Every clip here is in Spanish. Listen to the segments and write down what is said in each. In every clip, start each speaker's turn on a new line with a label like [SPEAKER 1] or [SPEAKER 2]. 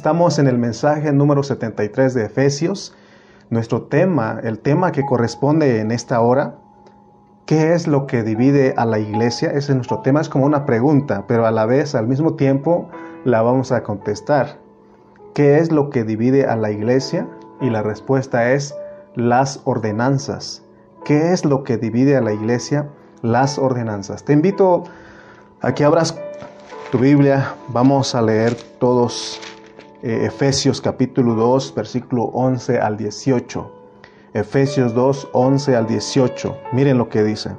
[SPEAKER 1] Estamos en el mensaje número 73 de Efesios. Nuestro tema, el tema que corresponde en esta hora, ¿qué es lo que divide a la iglesia? Ese es nuestro tema, es como una pregunta, pero a la vez, al mismo tiempo, la vamos a contestar. ¿Qué es lo que divide a la iglesia? Y la respuesta es las ordenanzas. ¿Qué es lo que divide a la iglesia? Las ordenanzas. Te invito a que abras tu Biblia. Vamos a leer todos Efesios capítulo 2, versículo 11 al 18. Efesios 2, 11 al 18. Miren lo que dice.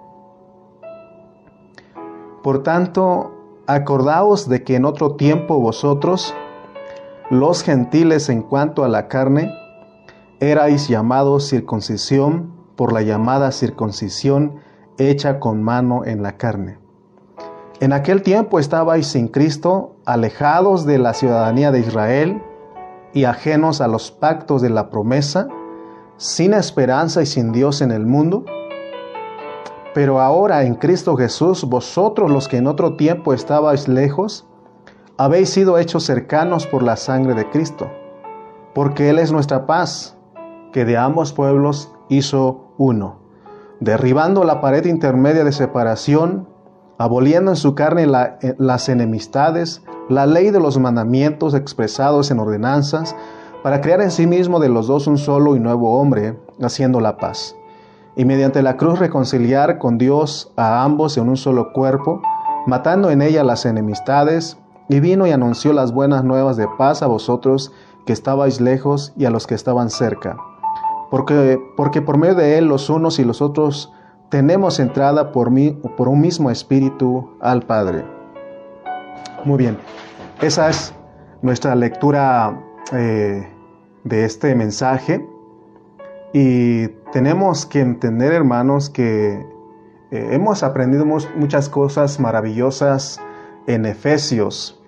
[SPEAKER 1] Por tanto, acordaos de que en otro tiempo vosotros, los gentiles en cuanto a la carne, erais llamados circuncisión por la llamada circuncisión hecha con mano en la carne. En aquel tiempo estabais sin Cristo, alejados de la ciudadanía de Israel y ajenos a los pactos de la promesa, sin esperanza y sin Dios en el mundo. Pero ahora en Cristo Jesús, vosotros los que en otro tiempo estabais lejos, habéis sido hechos cercanos por la sangre de Cristo, porque Él es nuestra paz, que de ambos pueblos hizo uno, derribando la pared intermedia de separación, aboliendo en su carne las enemistades, la ley de los mandamientos expresados en ordenanzas, para crear en sí mismo de los dos un solo y nuevo hombre, haciendo la paz. Y mediante la cruz reconciliar con Dios a ambos en un solo cuerpo, matando en ella las enemistades, y vino y anunció las buenas nuevas de paz a vosotros que estabais lejos y a los que estaban cerca. Porque por medio de él los unos y los otros tenemos entrada por un mismo espíritu al Padre. Muy bien, esa es nuestra lectura de este mensaje. Y tenemos que entender, hermanos, que hemos aprendido muchas cosas maravillosas en Efesios.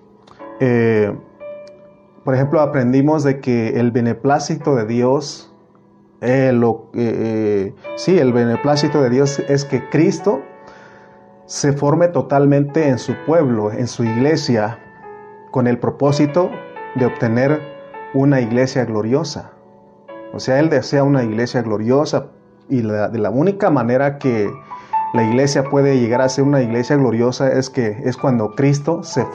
[SPEAKER 1] Por ejemplo, aprendimos de que el beneplácito de Dios, el beneplácito de Dios es que Cristo se forme totalmente en su pueblo, en su iglesia, con el propósito de obtener una iglesia gloriosa. O sea, Él desea una iglesia gloriosa, y de la única manera que la iglesia puede llegar a ser una iglesia gloriosa es cuando Cristo se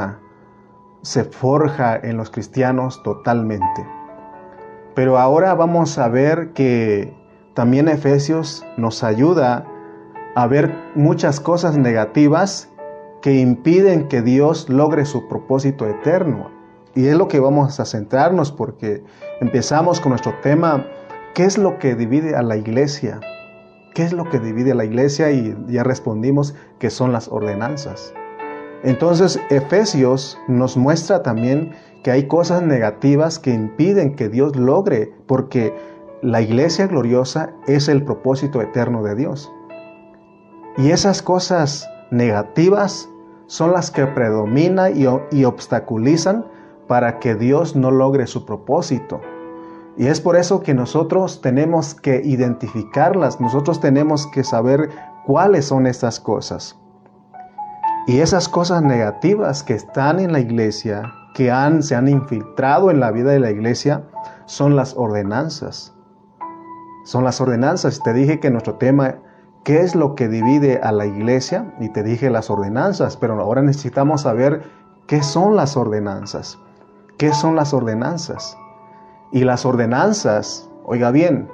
[SPEAKER 1] forja en los cristianos totalmente. Pero ahora vamos a ver que también Efesios nos ayuda a ver muchas cosas negativas que impiden que Dios logre su propósito eterno. Y es lo que vamos a centrarnos, porque empezamos con nuestro tema, ¿qué es lo que divide a la iglesia? ¿Qué es lo que divide a la iglesia? Y ya respondimos que son las ordenanzas. Entonces, Efesios nos muestra también que hay cosas negativas que impiden que Dios logre, porque la iglesia gloriosa es el propósito eterno de Dios. Y esas cosas negativas son las que predominan y obstaculizan para que Dios no logre su propósito. Y es por eso que nosotros tenemos que identificarlas, nosotros tenemos que saber cuáles son estas cosas. Y esas cosas negativas que están en la iglesia, que se han infiltrado en la vida de la iglesia, son las ordenanzas. Son las ordenanzas. Te dije que nuestro tema, ¿qué es lo que divide a la iglesia? Y te dije las ordenanzas, pero ahora necesitamos saber qué son las ordenanzas. ¿Qué son las ordenanzas? Y las ordenanzas, oiga bien,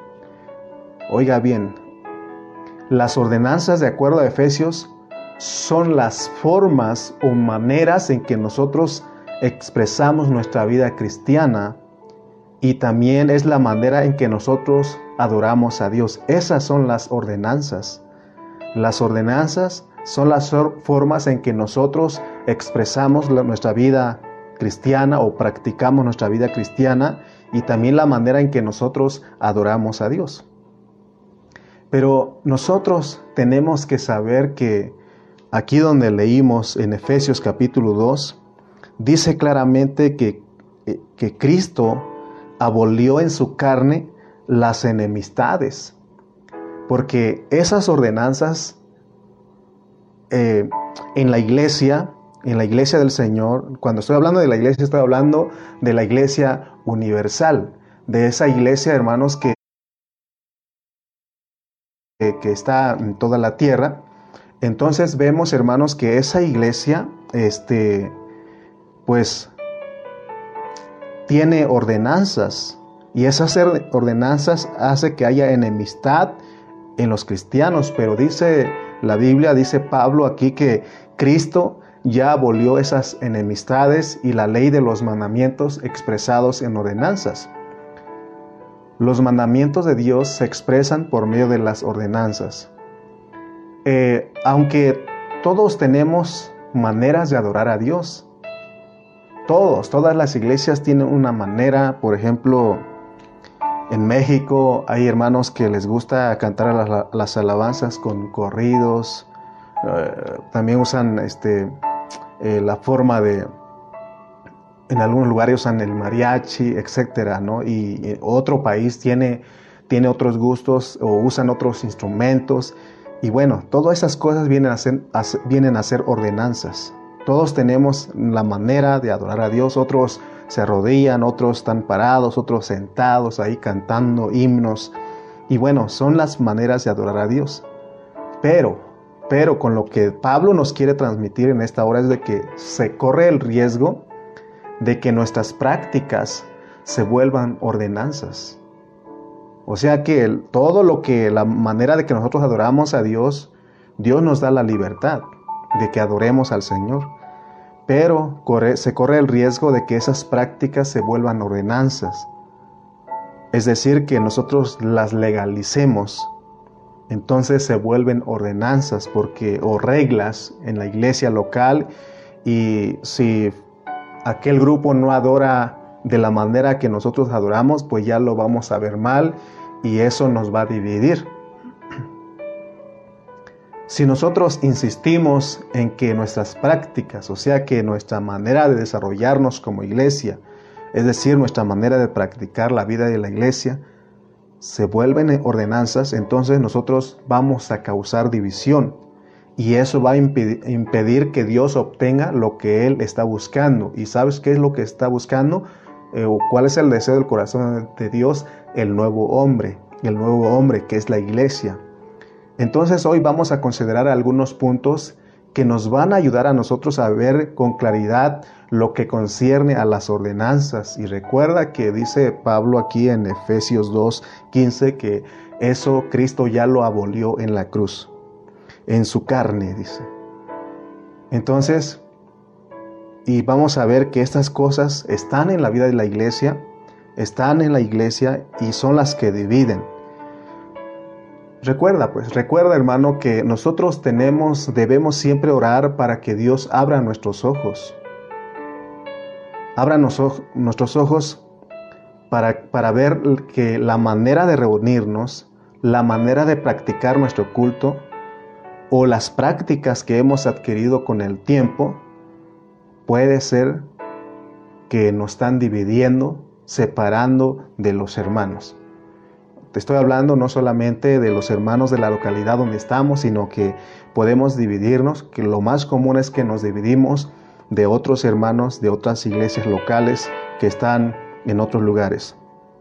[SPEAKER 1] las ordenanzas, de acuerdo a Efesios, son las formas o maneras en que nosotros expresamos nuestra vida cristiana, y también es la manera en que nosotros adoramos a Dios. Esas son las ordenanzas. Las ordenanzas son las formas en que nosotros expresamos nuestra vida cristiana o practicamos nuestra vida cristiana, y también la manera en que nosotros adoramos a Dios. Pero nosotros tenemos que saber que aquí donde leímos en Efesios capítulo 2, dice claramente que Cristo abolió en su carne las enemistades, porque esas ordenanzas en la iglesia en la iglesia del Señor, cuando estoy hablando de la iglesia, estoy hablando de la iglesia universal, de esa iglesia, hermanos, que está en toda la tierra. Entonces vemos, hermanos, que esa iglesia, pues, tiene ordenanzas, y esas ordenanzas hace que haya enemistad en los cristianos, pero dice la Biblia, dice Pablo aquí, que Cristo ya abolió esas enemistades y la ley de los mandamientos expresados en ordenanzas. Los mandamientos de Dios se expresan por medio de las ordenanzas. Aunque todos tenemos maneras de adorar a Dios, todas las iglesias tienen una manera. Por ejemplo, en México hay hermanos que les gusta cantar las alabanzas con corridos. También usan la forma de, en algunos lugares usan el mariachi, etcétera, ¿no? Y otro país tiene otros gustos o usan otros instrumentos. Y bueno, todas esas cosas vienen a ser ordenanzas. Todos tenemos la manera de adorar a Dios. Otros se arrodillan, otros están parados, otros sentados ahí cantando himnos. Y bueno, son las maneras de adorar a Dios. Pero con lo que Pablo nos quiere transmitir en esta hora es de que se corre el riesgo de que nuestras prácticas se vuelvan ordenanzas. O sea que la manera de que nosotros adoramos a Dios, Dios nos da la libertad de que adoremos al Señor. Pero se corre el riesgo de que esas prácticas se vuelvan ordenanzas. Es decir, que nosotros las legalicemos. Entonces se vuelven ordenanzas o reglas en la iglesia local. Y si aquel grupo no adora de la manera que nosotros adoramos, pues ya lo vamos a ver mal y eso nos va a dividir. Si nosotros insistimos en que nuestras prácticas, o sea que nuestra manera de desarrollarnos como iglesia, es decir, nuestra manera de practicar la vida de la iglesia, se vuelven ordenanzas, entonces nosotros vamos a causar división. Y eso va a impedir que Dios obtenga lo que Él está buscando. ¿Y sabes qué es lo que está buscando? ¿Cuál es el deseo del corazón de Dios? El nuevo hombre que es la iglesia. Entonces hoy vamos a considerar algunos puntos que nos van a ayudar a nosotros a ver con claridad lo que concierne a las ordenanzas. Y recuerda que dice Pablo aquí en Efesios 2:15 que eso Cristo ya lo abolió en la cruz, en su carne, dice. Entonces, y vamos a ver que estas cosas están en la vida de la iglesia, y son las que dividen. Recuerda, hermano, que nosotros debemos siempre orar para que Dios abra nuestros ojos. Abra nuestros ojos para ver que la manera de reunirnos, la manera de practicar nuestro culto, o las prácticas que hemos adquirido con el tiempo, puede ser que nos están dividiendo, separando de los hermanos. Te estoy hablando no solamente de los hermanos de la localidad donde estamos, sino que podemos dividirnos, que lo más común es que nos dividimos de otros hermanos de otras iglesias locales que están en otros lugares.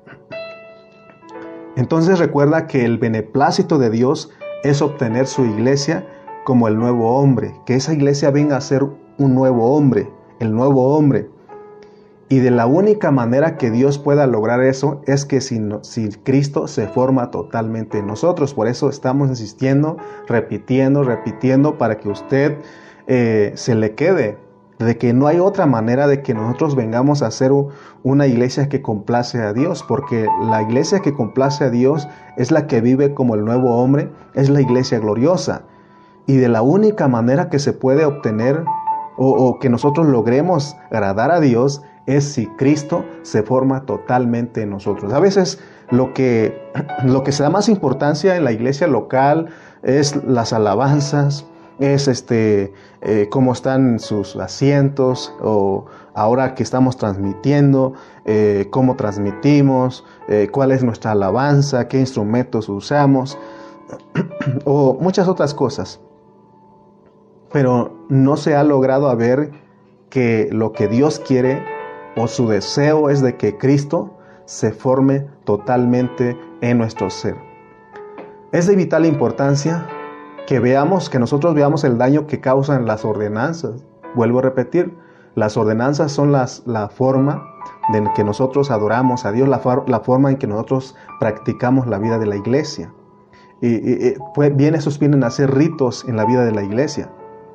[SPEAKER 1] Entonces recuerda que el beneplácito de Dios es obtener su iglesia como el nuevo hombre, que esa iglesia venga a ser un nuevo hombre, el nuevo hombre. Y de la única manera que Dios pueda lograr eso es que si Cristo se forma totalmente en nosotros. Por eso estamos insistiendo, repitiendo, para que usted se le quede, de que no hay otra manera de que nosotros vengamos a ser una iglesia que complace a Dios, porque la iglesia que complace a Dios es la que vive como el nuevo hombre, es la iglesia gloriosa. Y de la única manera que se puede obtener o que nosotros logremos agradar a Dios es si Cristo se forma totalmente en nosotros. A veces lo que se da más importancia en la iglesia local es las alabanzas, es cómo están sus asientos, o ahora que estamos transmitiendo, cómo transmitimos, cuál es nuestra alabanza, qué instrumentos usamos, o muchas otras cosas. pero no se ha logrado ver que lo que Dios quiere o su deseo es de que Cristo se forme totalmente en nuestro ser. Es de vital importancia que nosotros veamos el daño que causan las ordenanzas. Vuelvo a repetir, las ordenanzas son la forma en que nosotros adoramos a Dios, la forma en que nosotros practicamos la vida de la iglesia. Esos vienen a ser ritos en la vida de la iglesia.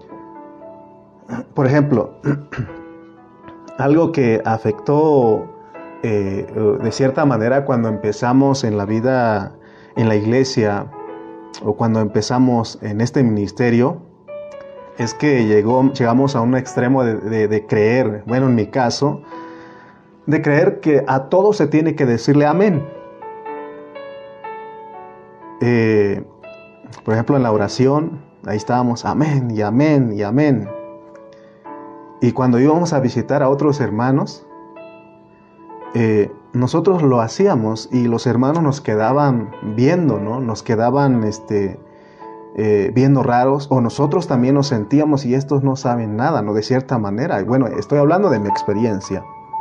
[SPEAKER 1] Por ejemplo, algo que afectó de cierta manera cuando empezamos en la vida en la iglesia o cuando empezamos en este ministerio es que llegamos a un extremo de creer, bueno, en mi caso, de creer que a todo se tiene que decirle amén. Por ejemplo, en la oración, ahí estábamos amén y amén y amén. Y cuando íbamos a visitar a otros hermanos, nosotros lo hacíamos y los hermanos nos quedaban viendo, ¿no? Nos quedaban viendo raros, o nosotros también nos sentíamos y estos no saben nada, ¿no? De cierta manera. Y bueno, estoy hablando de mi experiencia.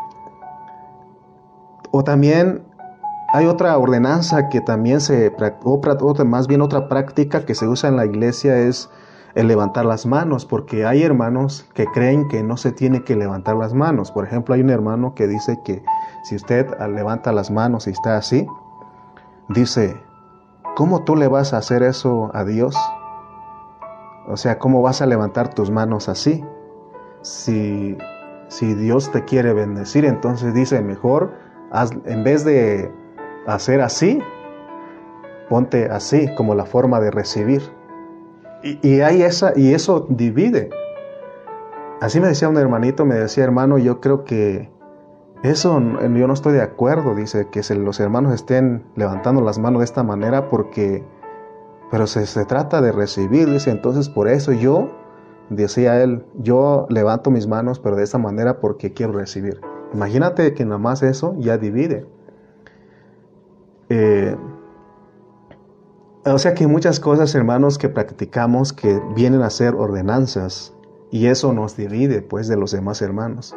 [SPEAKER 1] O también hay otra ordenanza que también otra práctica que se usa en la iglesia es el levantar las manos, porque hay hermanos que creen que no se tiene que levantar las manos. Por ejemplo, hay un hermano que dice que si usted levanta las manos y está así, dice, ¿cómo tú le vas a hacer eso a Dios? O sea, ¿cómo vas a levantar tus manos así? Si Dios te quiere bendecir, entonces dice, mejor en vez de hacer así, ponte así como la forma de recibir. Y eso divide. Así me decía un hermanito, me decía, hermano, yo creo que eso, yo no estoy de acuerdo, dice, que los hermanos estén levantando las manos de esta manera pero se trata de recibir, dice, entonces por eso decía él, yo levanto mis manos, pero de esta manera porque quiero recibir. Imagínate que nada más eso ya divide. O sea que hay muchas cosas, hermanos, que practicamos que vienen a ser ordenanzas y eso nos divide, pues, de los demás hermanos.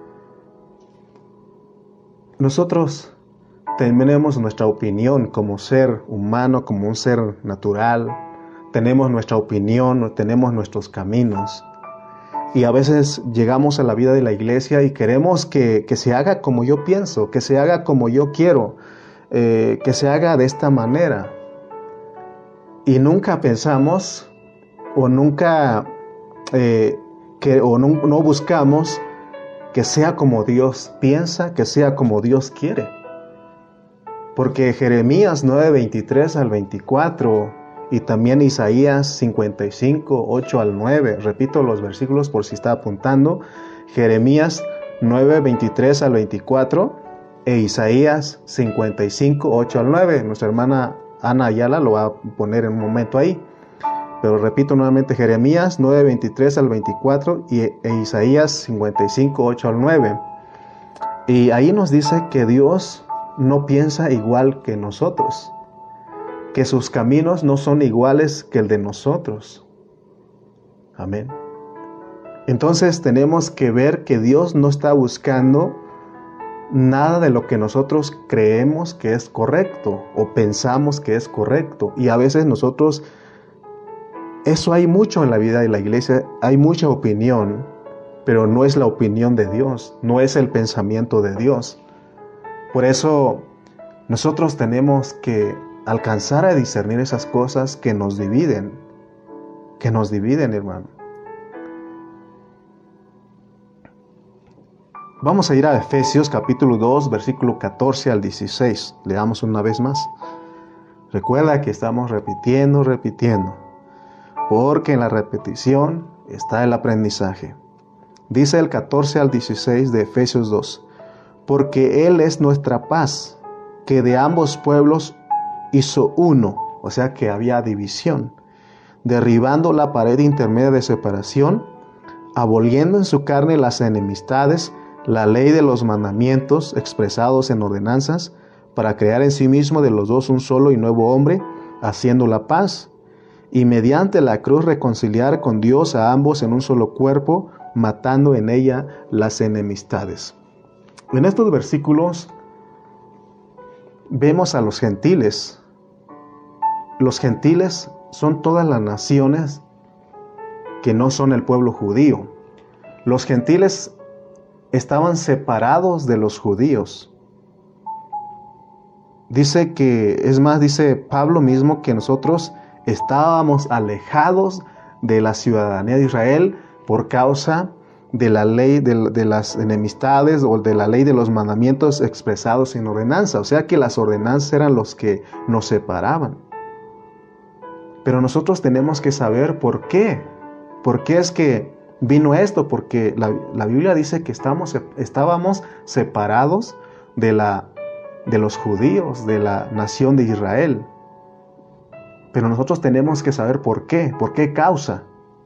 [SPEAKER 1] Nosotros tenemos nuestra opinión como ser humano, como un ser natural. Tenemos nuestra opinión, tenemos nuestros caminos. Y a veces llegamos a la vida de la iglesia y queremos que se haga como yo pienso, que se haga como yo quiero, que se haga de esta manera. Y nunca pensamos no buscamos que sea como Dios piensa, que sea como Dios quiere. Porque Jeremías 9:23 al 24 y también Isaías 55, 8 al 9, repito los versículos por si está apuntando, Jeremías 9:23 al 24 e Isaías 55, 8 al 9. Nuestra hermana Ana Ayala lo va a poner en un momento ahí. Pero repito nuevamente, Jeremías 9:23 al 24 e Isaías 55, 8 al 9. Y ahí nos dice que Dios no piensa igual que nosotros, que sus caminos no son iguales que el de nosotros. Amén. Entonces tenemos que ver que Dios no está buscando nada de lo que nosotros creemos que es correcto o pensamos que es correcto. Y a veces nosotros, eso hay mucho en la vida de la iglesia, hay mucha opinión, pero no es la opinión de Dios, no es el pensamiento de Dios. Por eso nosotros tenemos que alcanzar a discernir esas cosas que nos dividen, hermano. Vamos a ir a Efesios capítulo 2, versículo 14 al 16. Leamos una vez más. Recuerda que estamos repitiendo, porque en la repetición está el aprendizaje. Dice el 14 al 16 de Efesios 2. Porque Él es nuestra paz, que de ambos pueblos hizo uno, o sea que había división, derribando la pared intermedia de separación, aboliendo en su carne las enemistades, la ley de los mandamientos expresados en ordenanzas, para crear en sí mismo de los dos un solo y nuevo hombre, haciendo la paz, y mediante la cruz reconciliar con Dios a ambos en un solo cuerpo, matando en ella las enemistades. En estos versículos vemos a los gentiles. Los gentiles son todas las naciones que no son el pueblo judío. Los gentiles estaban separados de los judíos. Dice Pablo mismo que nosotros estábamos alejados de la ciudadanía de Israel por causa de la ley de las enemistades o de la ley de los mandamientos expresados en ordenanza. O sea que las ordenanzas eran los que nos separaban. Pero nosotros tenemos que saber por qué. ¿Por qué es que vino esto? Porque la Biblia dice que estábamos separados de los judíos, de la nación de Israel. Pero nosotros tenemos que saber por qué causa.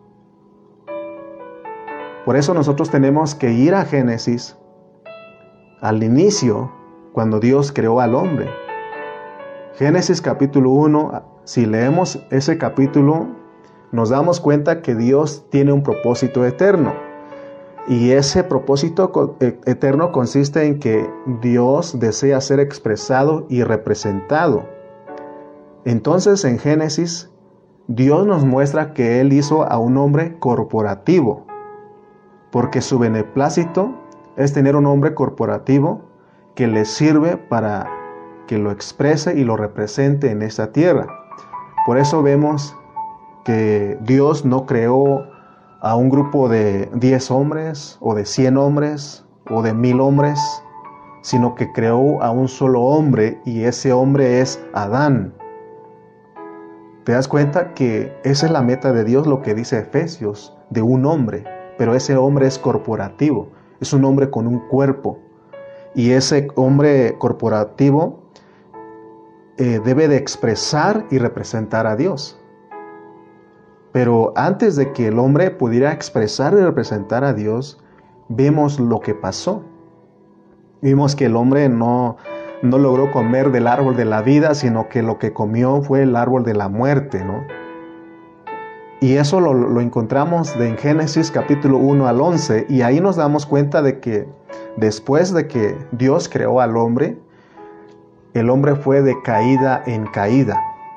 [SPEAKER 1] Por eso nosotros tenemos que ir a Génesis, al inicio, cuando Dios creó al hombre. Génesis capítulo 1, si leemos ese capítulo, nos damos cuenta que Dios tiene un propósito eterno. Y ese propósito eterno consiste en que Dios desea ser expresado y representado. Entonces en Génesis, Dios nos muestra que Él hizo a un hombre corporativo, porque su beneplácito es tener un hombre corporativo que le sirve para que lo exprese y lo represente en esta tierra. Por eso vemos que Dios no creó a un grupo de 10 hombres o de 100 hombres o de 1000 hombres, sino que creó a un solo hombre, y ese hombre es Adán. ¿Te das cuenta que esa es la meta de Dios, lo que dice Efesios, de un hombre? Pero ese hombre es corporativo, es un hombre con un cuerpo, y ese hombre corporativo debe de expresar y representar a Dios. Pero antes de que el hombre pudiera expresar y representar a Dios, vemos lo que pasó. Vimos que el hombre no logró comer del árbol de la vida, sino que lo que comió fue el árbol de la muerte, ¿no? Y eso lo encontramos en Génesis capítulo 1 al 11, y ahí nos damos cuenta de que después de que Dios creó al hombre, el hombre fue de caída en caída.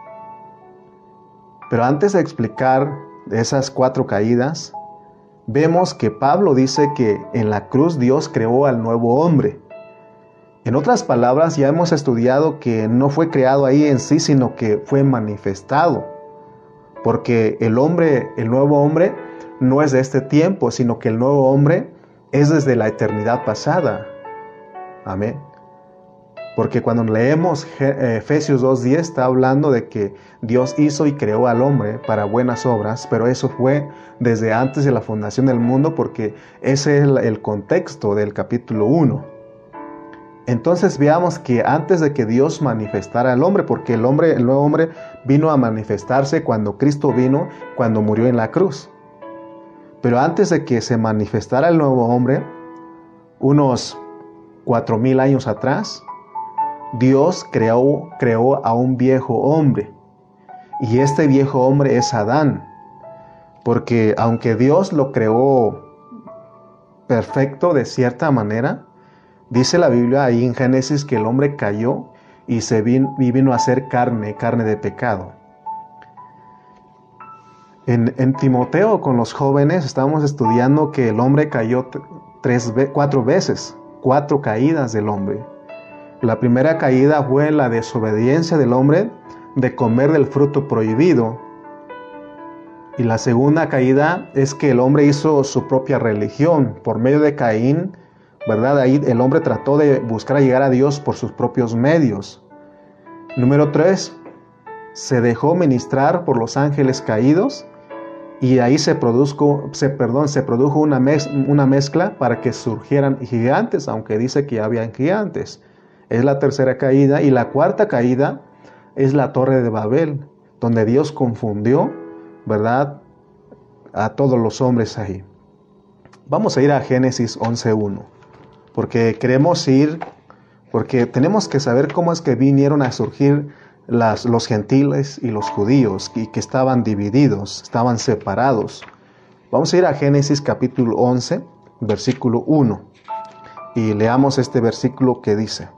[SPEAKER 1] Pero antes de explicar esas 4 caídas, vemos que Pablo dice que en la cruz Dios creó al nuevo hombre. En otras palabras, ya hemos estudiado que no fue creado ahí en sí, sino que fue manifestado. Porque el nuevo hombre, no es de este tiempo, sino que el nuevo hombre es desde la eternidad pasada. Amén. Porque cuando leemos Efesios 2:10 está hablando de que Dios hizo y creó al hombre para buenas obras, pero eso fue desde antes de la fundación del mundo, porque ese es el contexto del capítulo 1. Entonces veamos que antes de que Dios manifestara al hombre, porque el nuevo hombre vino a manifestarse cuando Cristo vino, cuando murió en la cruz. Pero antes de que se manifestara el nuevo hombre, unos 4000 años atrás, Dios creó a un viejo hombre, y este viejo hombre es Adán, porque aunque Dios lo creó perfecto de cierta manera, dice la Biblia ahí en Génesis que el hombre cayó y vino a ser carne de pecado. En Timoteo con los jóvenes estamos estudiando que el hombre cayó 4 veces, 4 caídas del hombre. La primera caída fue la desobediencia del hombre de comer del fruto prohibido. Y la segunda caída es que el hombre hizo su propia religión por medio de Caín, ¿verdad? Ahí el hombre trató de buscar llegar a Dios por sus propios medios. Número 3, se dejó ministrar por los ángeles caídos, y ahí se produjo una mezcla para que surgieran gigantes, aunque dice que ya habían gigantes. Es la tercera caída. Y la cuarta caída es la Torre de Babel, donde Dios confundió, ¿verdad?, a todos los hombres ahí. Vamos a ir a Génesis 11:1, porque tenemos que saber cómo es que vinieron a surgir los gentiles y los judíos, y que estaban divididos, estaban separados. Vamos a ir a Génesis capítulo 11, versículo 1, y leamos este versículo que dice: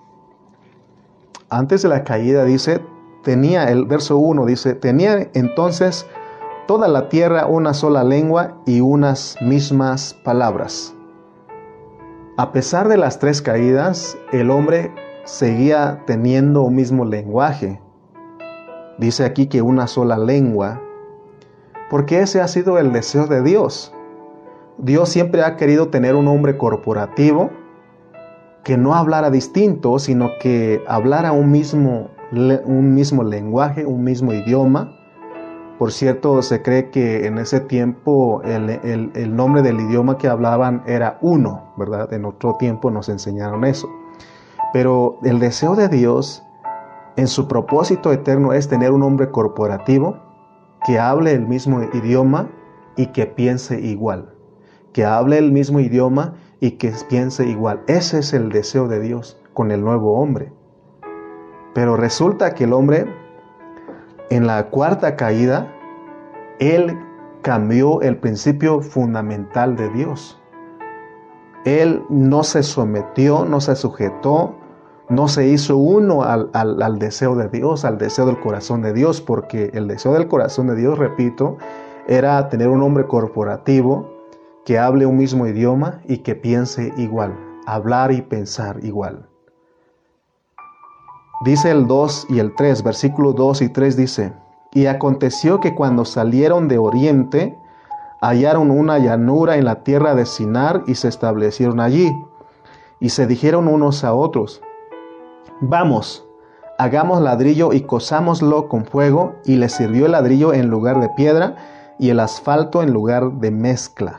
[SPEAKER 1] antes de la caída, dice, el verso 1 dice, tenía entonces toda la tierra una sola lengua y unas mismas palabras. A pesar de las 3 caídas, el hombre seguía teniendo un mismo lenguaje. Dice aquí que una sola lengua, porque ese ha sido el deseo de Dios. Dios siempre ha querido tener un hombre corporativo que no hablara distinto, sino que hablara un mismo lenguaje, un mismo idioma. Por cierto, se cree que en ese tiempo el nombre del idioma que hablaban era uno, ¿verdad? En otro tiempo nos enseñaron eso. Pero el deseo de Dios, en su propósito eterno, es tener un hombre corporativo que hable el mismo idioma y que piense igual. Que hable el mismo idioma y que piense igual. Ese es el deseo de Dios con el nuevo hombre. Pero resulta que el hombre, en la 4ª caída, él cambió el principio fundamental de Dios. Él no se sometió, no se sujetó, no se hizo uno al deseo de Dios, al deseo del corazón de Dios, porque el deseo del corazón de Dios, repito, era tener un hombre corporativo que hable un mismo idioma y que piense igual, hablar y pensar igual. Dice el 2 y el 3, versículos 2 y 3 dice: y aconteció que cuando salieron de oriente, hallaron una llanura en la tierra de Sinar y se establecieron allí. Y se dijeron unos a otros: vamos, hagamos ladrillo y cozámoslo con fuego. Y les sirvió el ladrillo en lugar de piedra y el asfalto en lugar de mezcla.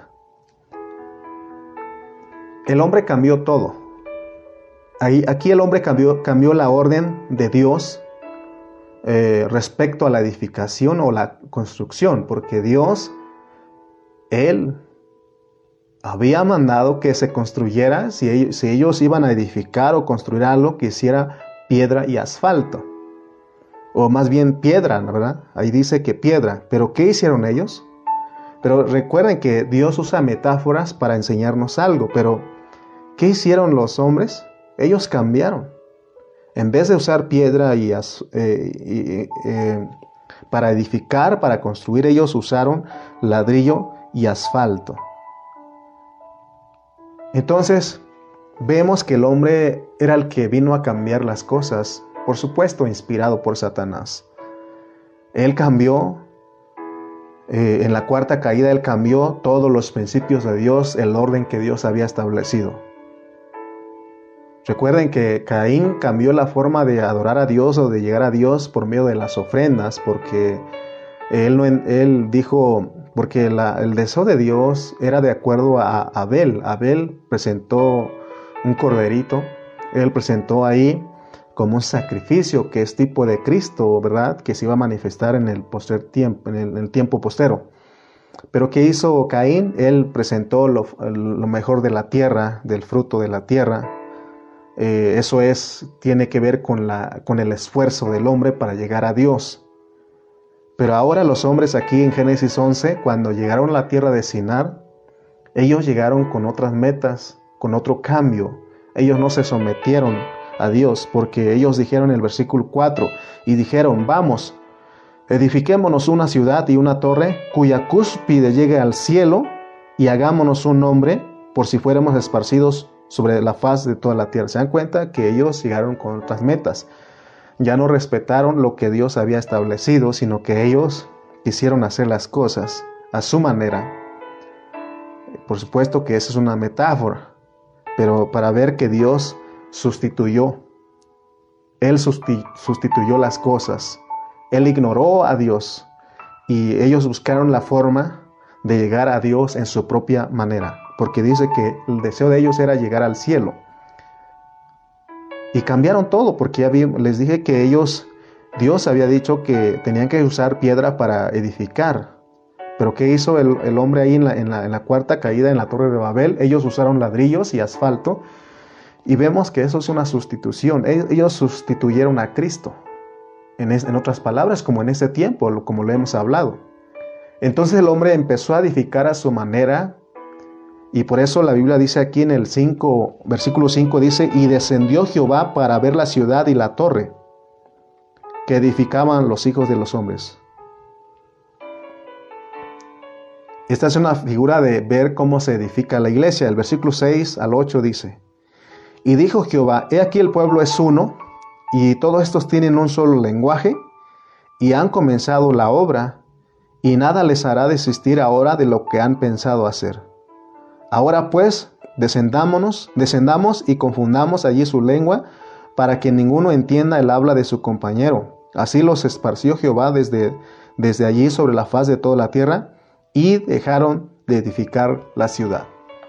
[SPEAKER 1] El hombre cambió todo. Aquí el hombre cambió la orden de Dios respecto a la edificación o la construcción, porque Dios, Él había mandado que se construyera, si ellos iban a edificar o construir algo, que hiciera piedra y asfalto, o más bien piedra, ¿verdad? Ahí dice que piedra, pero ¿qué hicieron ellos? Pero recuerden que Dios usa metáforas para enseñarnos algo, pero ¿qué hicieron los hombres? Ellos cambiaron. En vez de usar piedra para edificar, para construir, ellos usaron ladrillo y asfalto. Entonces, vemos que el hombre era el que vino a cambiar las cosas, por supuesto, inspirado por Satanás. Él cambió, en la 4ª caída, él cambió todos los principios de Dios, el orden que Dios había establecido. Recuerden que Caín cambió la forma de adorar a Dios o de llegar a Dios por medio de las ofrendas, porque él dijo, porque el deseo de Dios era de acuerdo a Abel. Abel presentó un corderito, él presentó ahí como un sacrificio que es tipo de Cristo, ¿verdad? Que se iba a manifestar en el tiempo postero. Pero ¿qué hizo Caín? Él presentó lo mejor de la tierra, del fruto de la tierra. Eso tiene que ver con el esfuerzo del hombre para llegar a Dios. Pero ahora los hombres aquí en Génesis 11, cuando llegaron a la tierra de Sinar, ellos llegaron con otras metas, con otro cambio. Ellos no se sometieron a Dios, porque ellos dijeron en el versículo 4, y dijeron: vamos, edifiquémonos una ciudad y una torre, cuya cúspide llegue al cielo, y hagámonos un nombre, por si fuéramos esparcidos sobre la faz de toda la tierra. Se dan cuenta que ellos llegaron con otras metas. Ya no respetaron lo que Dios había establecido, sino que ellos quisieron hacer las cosas a su manera. Por supuesto que esa es una metáfora, pero para ver que Dios sustituyó. Él sustituyó las cosas. Él ignoró a Dios y ellos buscaron la forma de llegar a Dios en su propia manera, porque dice que el deseo de ellos era llegar al cielo. Y cambiaron todo, porque ya les dije que Dios había dicho que tenían que usar piedra para edificar. Pero ¿qué hizo el hombre ahí en la 4ª caída, en la Torre de Babel? Ellos usaron ladrillos y asfalto, y vemos que eso es una sustitución. Ellos sustituyeron a Cristo. en otras palabras, como en ese tiempo, como lo hemos hablado. Entonces el hombre empezó a edificar a su manera, y por eso la Biblia dice aquí en el versículo 5 dice, y descendió Jehová para ver la ciudad y la torre que edificaban los hijos de los hombres. Esta es una figura de ver cómo se edifica la iglesia. El versículo 6 al 8 dice, y dijo Jehová, he aquí el pueblo es uno, y todos estos tienen un solo lenguaje, y han comenzado la obra, y nada les hará desistir ahora de lo que han pensado hacer. Ahora pues, descendamos y confundamos allí su lengua, para que ninguno entienda el habla de su compañero. Así los esparció Jehová desde allí sobre la faz de toda la tierra, y dejaron de edificar la ciudad.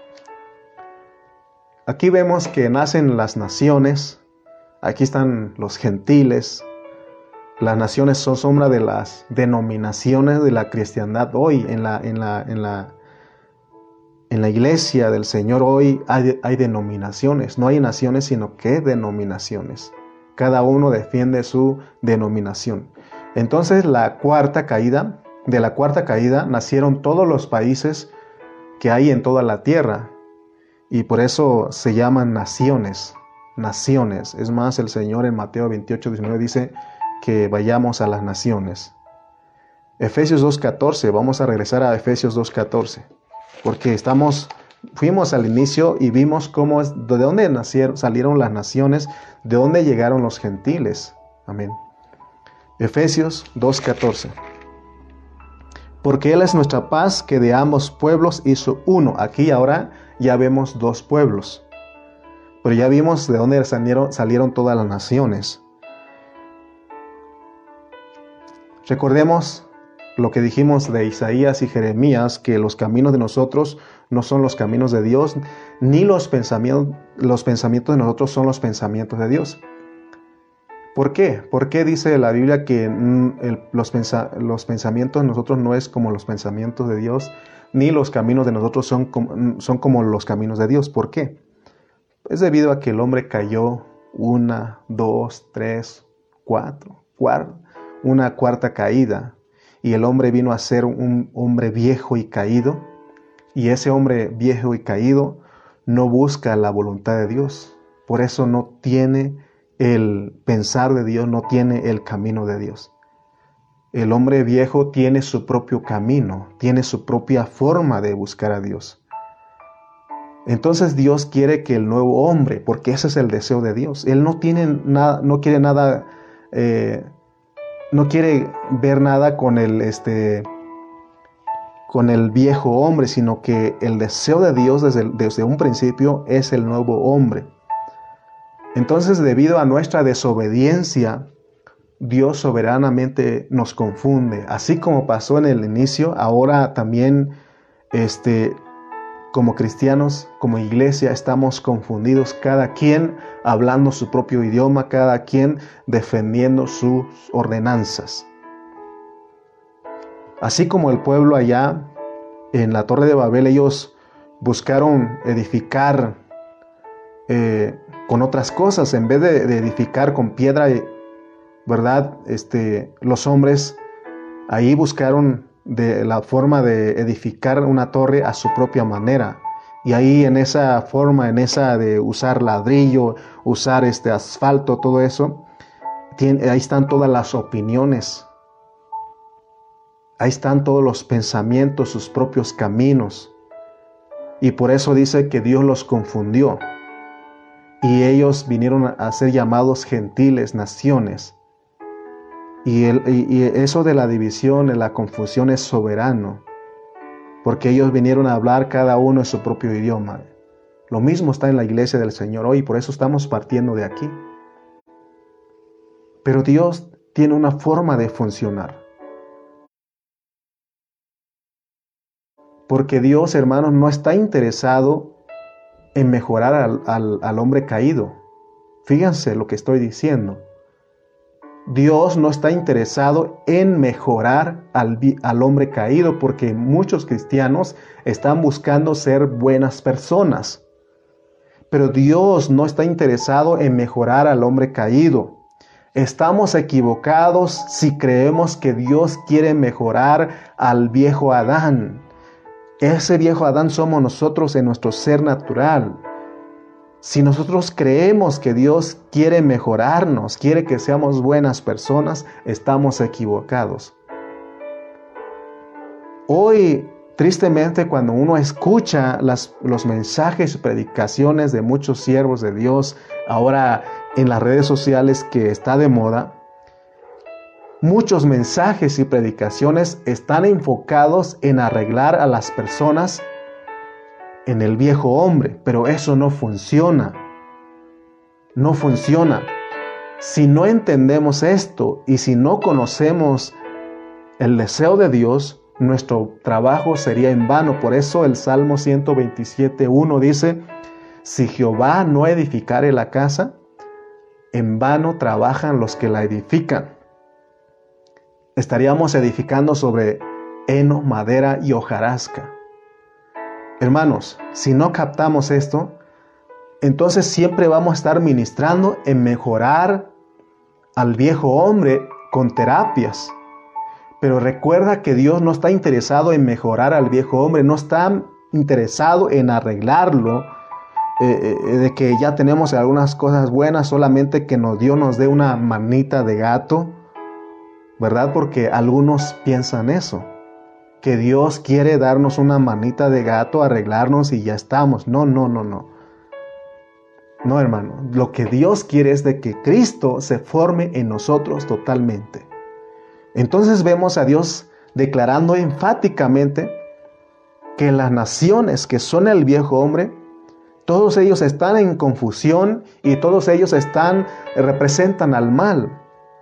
[SPEAKER 1] Aquí vemos que nacen las naciones, aquí están los gentiles. Las naciones son sombra de las denominaciones de la cristiandad hoy. En la iglesia del Señor hoy hay denominaciones. No hay naciones, sino que denominaciones. Cada uno defiende su denominación. Entonces de la cuarta caída nacieron todos los países que hay en toda la tierra. Y por eso se llaman naciones. Es más, el Señor en Mateo 28:19 dice que vayamos a las naciones. Efesios 2:14, vamos a regresar a Efesios 2:14, porque fuimos al inicio y vimos de dónde salieron las naciones, de dónde llegaron los gentiles. Amén. Efesios 2:14. Porque Él es nuestra paz, que de ambos pueblos hizo uno. Aquí ahora ya vemos dos pueblos, pero ya vimos de dónde salieron todas las naciones. Recordemos lo que dijimos de Isaías y Jeremías, que los caminos de nosotros no son los caminos de Dios, ni los pensamientos de nosotros son los pensamientos de Dios. ¿Por qué? ¿Por qué dice la Biblia que los pensamientos de nosotros no es como los pensamientos de Dios, ni los caminos de nosotros son como los caminos de Dios? ¿Por qué? Es debido a que el hombre cayó una cuarta caída, y el hombre vino a ser un hombre viejo y caído, y ese hombre viejo y caído no busca la voluntad de Dios. Por eso no tiene el pensar de Dios, no tiene el camino de Dios. El hombre viejo tiene su propio camino, tiene su propia forma de buscar a Dios. Entonces Dios quiere que el nuevo hombre, porque ese es el deseo de Dios, Él no quiere ver nada con el viejo hombre, sino que el deseo de Dios desde un principio es el nuevo hombre. Entonces, debido a nuestra desobediencia, Dios soberanamente nos confunde. Así como pasó en el inicio, ahora también como cristianos, como iglesia, estamos confundidos, cada quien hablando su propio idioma, cada quien defendiendo sus ordenanzas. Así como el pueblo allá en la Torre de Babel, ellos buscaron edificar con otras cosas, en vez de edificar con piedra, ¿verdad? Los hombres ahí buscaron de la forma de edificar una torre a su propia manera. Y ahí en esa forma, de usar ladrillo, usar asfalto, todo eso, ahí están todas las opiniones. Ahí están todos los pensamientos, sus propios caminos. Y por eso dice que Dios los confundió. Y ellos vinieron a ser llamados gentiles, naciones. Y eso de la división, de la confusión es soberano. Porque ellos vinieron a hablar cada uno en su propio idioma. Lo mismo está en la iglesia del Señor hoy, por eso estamos partiendo de aquí. Pero Dios tiene una forma de funcionar. Porque Dios, hermanos, no está interesado en mejorar al hombre caído. Fíjense lo que estoy diciendo. Dios no está interesado en mejorar al hombre caído, porque muchos cristianos están buscando ser buenas personas. Pero Dios no está interesado en mejorar al hombre caído. Estamos equivocados si creemos que Dios quiere mejorar al viejo Adán. Ese viejo Adán somos nosotros en nuestro ser natural. Si nosotros creemos que Dios quiere mejorarnos, quiere que seamos buenas personas, estamos equivocados. Hoy, tristemente, cuando uno escucha los mensajes y predicaciones de muchos siervos de Dios, ahora en las redes sociales que está de moda, muchos mensajes y predicaciones están enfocados en arreglar a las personas en el viejo hombre, pero eso no funciona. No funciona. Si no entendemos esto y si no conocemos el deseo de Dios, nuestro trabajo sería en vano. Por eso el Salmo 127:1 dice: si Jehová no edificare la casa, en vano trabajan los que la edifican. Estaríamos edificando sobre heno, madera y hojarasca. Hermanos, si no captamos esto, entonces siempre vamos a estar ministrando en mejorar al viejo hombre con terapias. Pero recuerda que Dios no está interesado en mejorar al viejo hombre, no está interesado en arreglarlo, de que ya tenemos algunas cosas buenas, solamente que Dios nos dé una manita de gato, ¿verdad? Porque algunos piensan eso, que Dios quiere darnos una manita de gato, arreglarnos y ya estamos. No. No, hermano, lo que Dios quiere es de que Cristo se forme en nosotros totalmente. Entonces vemos a Dios declarando enfáticamente que las naciones que son el viejo hombre, todos ellos están en confusión y todos ellos representan al mal.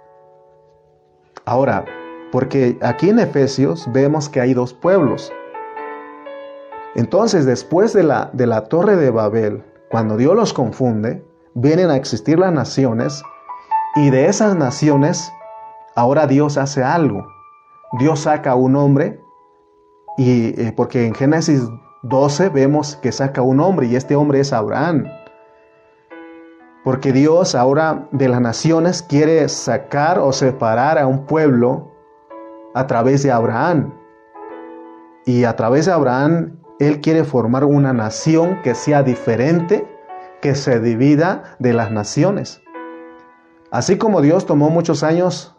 [SPEAKER 1] Ahora, porque aquí en Efesios vemos que hay dos pueblos. Entonces, después de la Torre de Babel, cuando Dios los confunde, vienen a existir las naciones, y de esas naciones, ahora Dios hace algo. Dios saca a un hombre, porque en Génesis 12 vemos que saca un hombre, y este hombre es Abraham. Porque Dios ahora de las naciones quiere sacar o separar a un pueblo a través de Abraham. Y a través de Abraham, Él quiere formar una nación que sea diferente, que se divida de las naciones. Así como Dios tomó muchos años,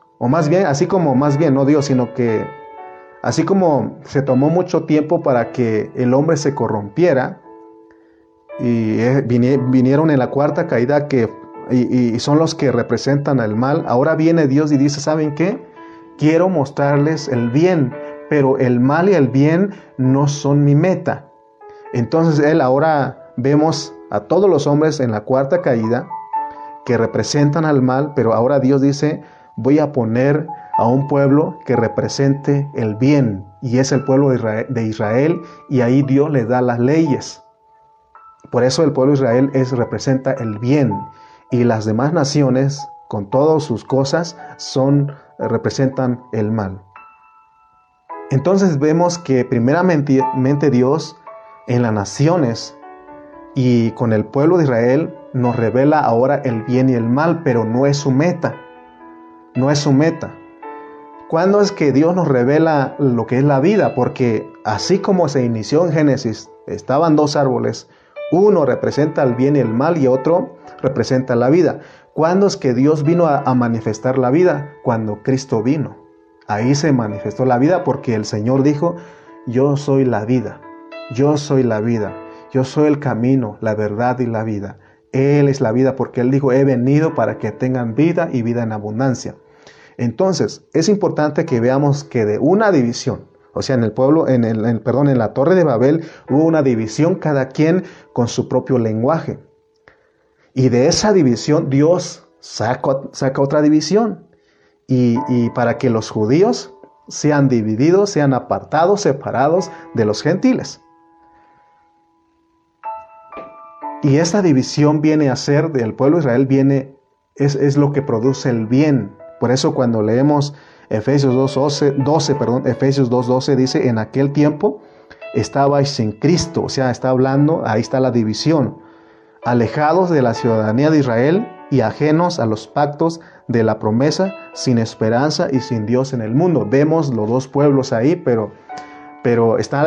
[SPEAKER 1] así como se tomó mucho tiempo para que el hombre se corrompiera, y vinieron en la cuarta caída y son los que representan el mal. Ahora viene Dios y dice: ¿saben qué? Quiero mostrarles el bien, pero el mal y el bien no son mi meta. Entonces ahora vemos a todos los hombres en la cuarta caída que representan al mal, pero ahora Dios dice: voy a poner a un pueblo que represente el bien, y es el pueblo de Israel, y ahí Dios le da las leyes. Por eso el pueblo de Israel representa el bien, y las demás naciones, con todas sus cosas, representan el mal. Entonces vemos que primeramente Dios en las naciones y con el pueblo de Israel nos revela ahora el bien y el mal, pero no es su meta. No es su meta. ¿Cuándo es que Dios nos revela lo que es la vida? Porque así como se inició en Génesis, estaban dos árboles, uno representa el bien y el mal y otro representa la vida. ¿Cuándo es que Dios vino a manifestar la vida? Cuando Cristo vino. Ahí se manifestó la vida, porque el Señor dijo: yo soy la vida, yo soy la vida, yo soy el camino, la verdad y la vida. Él es la vida, porque Él dijo: he venido para que tengan vida y vida en abundancia. Entonces, es importante que veamos que de una división, o sea, en la Torre de Babel hubo una división, cada quien con su propio lenguaje. Y de esa división Dios saca otra división. Y para que los judíos sean divididos, sean apartados, separados de los gentiles. Y esta división viene a ser del pueblo de Israel, es lo que produce el bien. Por eso cuando leemos Efesios 2:12 dice: en aquel tiempo estabais sin Cristo. O sea, está hablando, ahí está la división. Alejados de la ciudadanía de Israel y ajenos a los pactos de la promesa, sin esperanza y sin Dios en el mundo. Vemos los dos pueblos ahí, pero está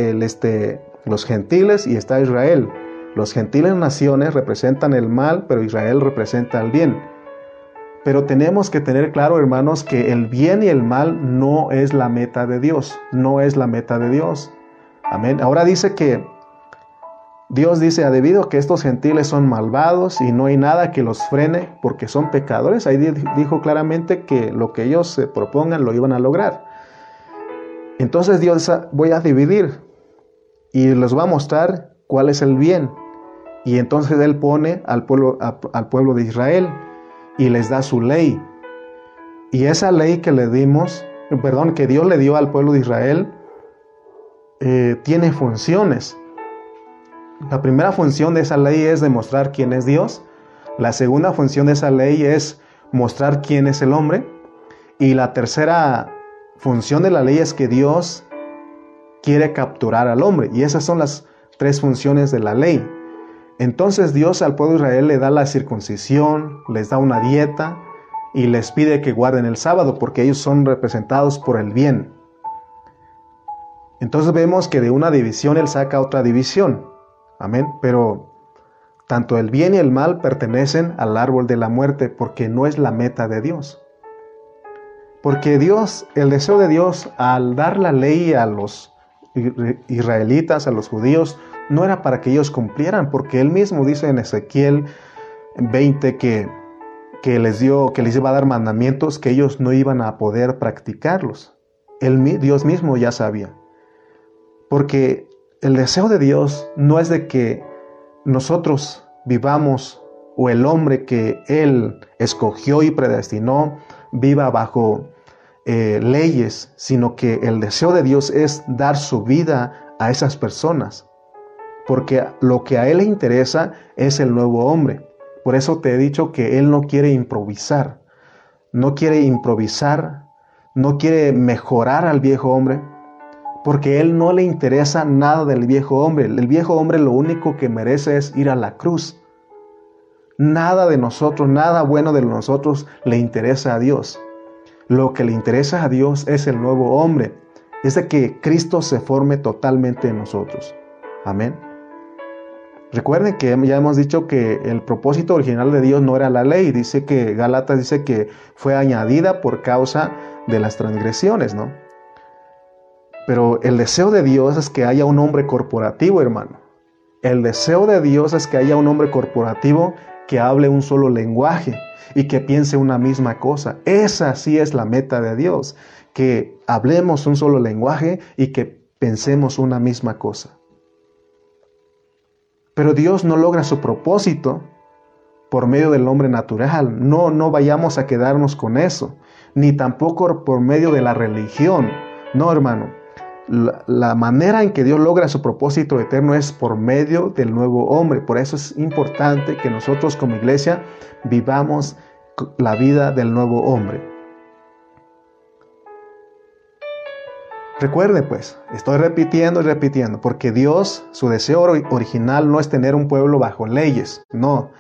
[SPEAKER 1] los gentiles y está Israel. Los gentiles naciones representan el mal, pero Israel representa el bien. Pero tenemos que tener claro, hermanos, que el bien y el mal no es la meta de Dios. No es la meta de Dios. Amén. Ahora dice que Dios dice, debido a que estos gentiles son malvados y no hay nada que los frene porque son pecadores, ahí dijo claramente que lo que ellos se propongan lo iban a lograr. Entonces Dios voy a dividir y les va a mostrar cuál es el bien. Y entonces Él pone al pueblo de Israel y les da su ley. Y esa ley que que Dios le dio al pueblo de Israel, tiene funciones. La primera función de esa ley es demostrar quién es Dios. La segunda función de esa ley es mostrar quién es el hombre. Y la tercera función de la ley es que Dios quiere capturar al hombre. Y esas son las tres funciones de la ley. Entonces Dios al pueblo de Israel le da la circuncisión, les da una dieta y les pide que guarden el sábado porque ellos son representados por el bien. Entonces vemos que de una división Él saca otra división. Amén. Pero tanto el bien y el mal pertenecen al árbol de la muerte porque no es la meta de Dios. Porque el deseo de Dios al dar la ley a los israelitas, a los judíos, no era para que ellos cumplieran, porque Él mismo dice en Ezequiel 20 que les iba a dar mandamientos que ellos no iban a poder practicarlos. Dios mismo ya sabía. Porque el deseo de Dios no es de que nosotros vivamos o el hombre que Él escogió y predestinó viva bajo leyes, sino que el deseo de Dios es dar su vida a esas personas. Porque lo que a Él le interesa es el nuevo hombre. Por eso te he dicho que Él no quiere improvisar. No quiere mejorar al viejo hombre. Porque a Él no le interesa nada del viejo hombre. El viejo hombre lo único que merece es ir a la cruz. Nada de nosotros, nada bueno de nosotros le interesa a Dios. Lo que le interesa a Dios es el nuevo hombre. Es de que Cristo se forme totalmente en nosotros. Amén. Recuerden que ya hemos dicho que el propósito original de Dios no era la ley. Gálatas dice que fue añadida por causa de las transgresiones, ¿no? Pero el deseo de Dios es que haya un hombre corporativo, hermano. El deseo de Dios es que haya un hombre corporativo que hable un solo lenguaje y que piense una misma cosa. Esa sí es la meta de Dios, que hablemos un solo lenguaje y que pensemos una misma cosa. Pero Dios no logra su propósito por medio del hombre natural. No vayamos a quedarnos con eso, ni tampoco por medio de la religión. No, hermano. La manera en que Dios logra su propósito eterno es por medio del nuevo hombre. Por eso es importante que nosotros como iglesia vivamos la vida del nuevo hombre. Recuerde pues, estoy repitiendo y repitiendo, porque Dios, su deseo original no es tener un pueblo bajo leyes, no.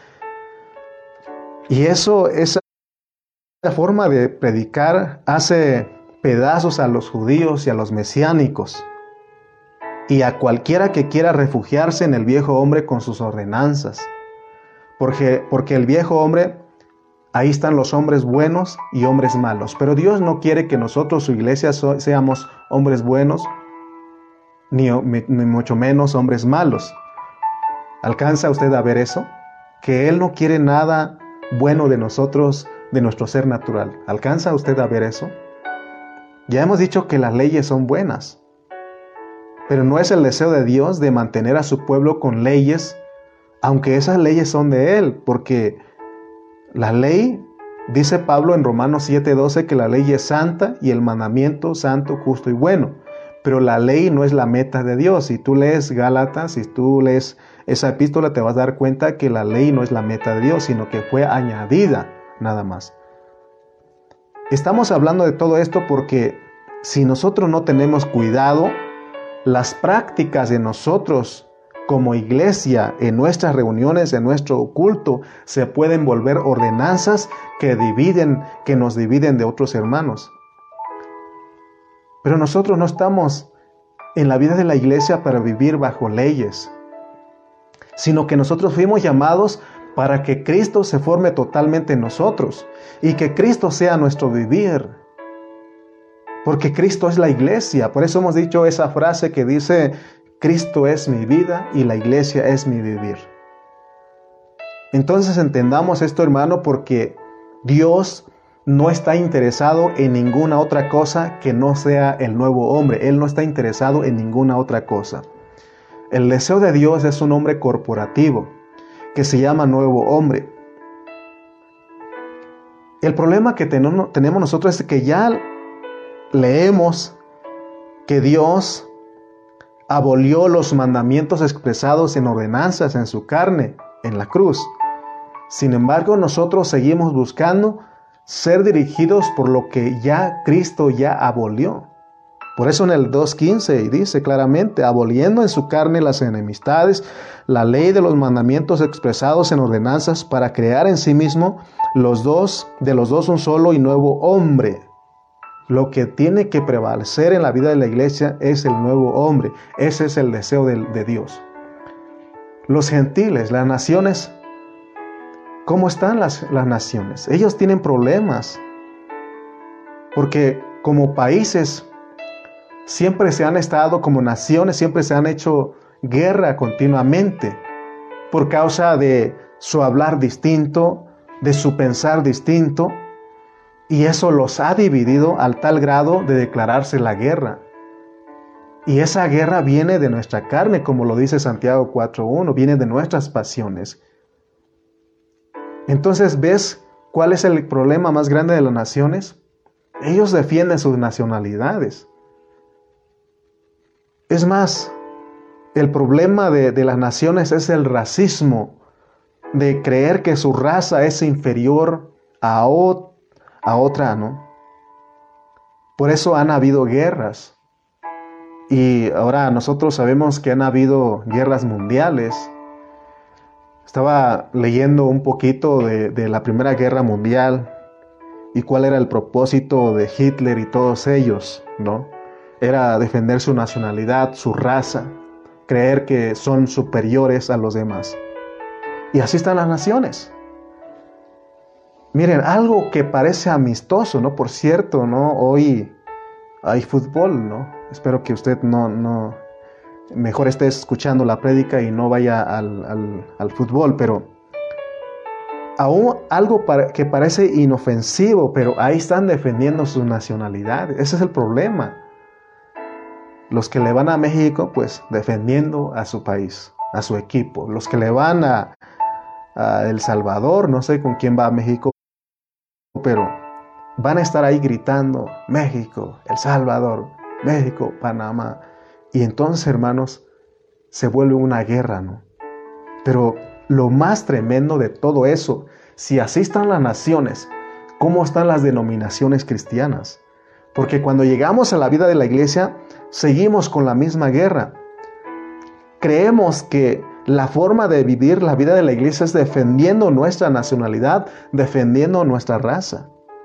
[SPEAKER 1] Y esa forma de predicar hace pedazos a los judíos y a los mesiánicos y a cualquiera que quiera refugiarse en el viejo hombre con sus ordenanzas. Porque el viejo hombre, ahí están los hombres buenos y hombres malos. Pero Dios no quiere que nosotros, su iglesia, seamos hombres buenos, ni mucho menos hombres malos. ¿Alcanza usted a ver eso? Que Él no quiere nada bueno de nosotros, de nuestro ser natural. ¿Alcanza usted a ver eso? Ya hemos dicho que las leyes son buenas, pero no es el deseo de Dios de mantener a su pueblo con leyes, aunque esas leyes son de Él, porque la ley, dice Pablo en Romanos 7:12, que la ley es santa y el mandamiento santo, justo y bueno, pero la ley no es la meta de Dios. Si tú lees Gálatas, si tú lees esa epístola, te vas a dar cuenta que la ley no es la meta de Dios, sino que fue añadida nada más. Estamos hablando de todo esto porque si nosotros no tenemos cuidado, las prácticas de nosotros como iglesia, en nuestras reuniones, en nuestro culto, se pueden volver ordenanzas que nos dividen de otros hermanos. Pero nosotros no estamos en la vida de la iglesia para vivir bajo leyes, sino que nosotros fuimos llamados para que Cristo se forme totalmente en nosotros y que Cristo sea nuestro vivir. Porque Cristo es la iglesia. Por eso hemos dicho esa frase que dice: Cristo es mi vida y la iglesia es mi vivir. Entonces entendamos esto, hermano, porque Dios no está interesado en ninguna otra cosa que no sea el nuevo hombre. Él no está interesado en ninguna otra cosa. El deseo de Dios es un hombre corporativo que se llama nuevo hombre. El problema que tenemos nosotros es que ya leemos que Dios abolió los mandamientos expresados en ordenanzas en su carne, en la cruz. Sin embargo, nosotros seguimos buscando ser dirigidos por lo que ya Cristo ya abolió. Por eso en el 2:15 dice claramente: aboliendo en su carne las enemistades, la ley de los mandamientos expresados en ordenanzas, para crear en sí mismo de los dos un solo y nuevo hombre. Lo que tiene que prevalecer en la vida de la iglesia es el nuevo hombre. Ese es el deseo de Dios. Los gentiles, las naciones, ¿cómo están las naciones? Ellos tienen problemas, porque como países siempre se han estado, como naciones siempre se han hecho guerra continuamente por causa de su hablar distinto, de su pensar distinto, y eso los ha dividido al tal grado de declararse la guerra. Y esa guerra viene de nuestra carne, como lo dice Santiago 4:1, viene de nuestras pasiones. Entonces, ¿ves cuál es el problema más grande de las naciones? Ellos defienden sus nacionalidades. Es más, el problema de las naciones es el racismo, de creer que su raza es inferior a otra, ¿no? Por eso han habido guerras. Y ahora nosotros sabemos que han habido guerras mundiales. Estaba leyendo un poquito de la Primera Guerra Mundial y cuál era el propósito de Hitler y todos ellos, ¿no? Era defender su nacionalidad, su raza, creer que son superiores a los demás. Y así están las naciones. Miren, algo que parece amistoso, ¿no? Por cierto, ¿no? Hoy hay fútbol, ¿no? Espero que usted mejor esté escuchando la prédica y no vaya al fútbol, pero aún algo que parece inofensivo, pero ahí están defendiendo su nacionalidad. Ese es el problema. Los que le van a México, pues defendiendo a su país, a su equipo. Los que le van a El Salvador, no sé con quién va a México, pero van a estar ahí gritando: México, El Salvador, México, Panamá. Y entonces, hermanos, se vuelve una guerra, ¿no? Pero lo más tremendo de todo eso, si así están las naciones, ¿cómo están las denominaciones cristianas? Porque cuando llegamos a la vida de la iglesia, seguimos con la misma guerra. Creemos que la forma de vivir la vida de la iglesia es defendiendo nuestra nacionalidad, defendiendo nuestra raza.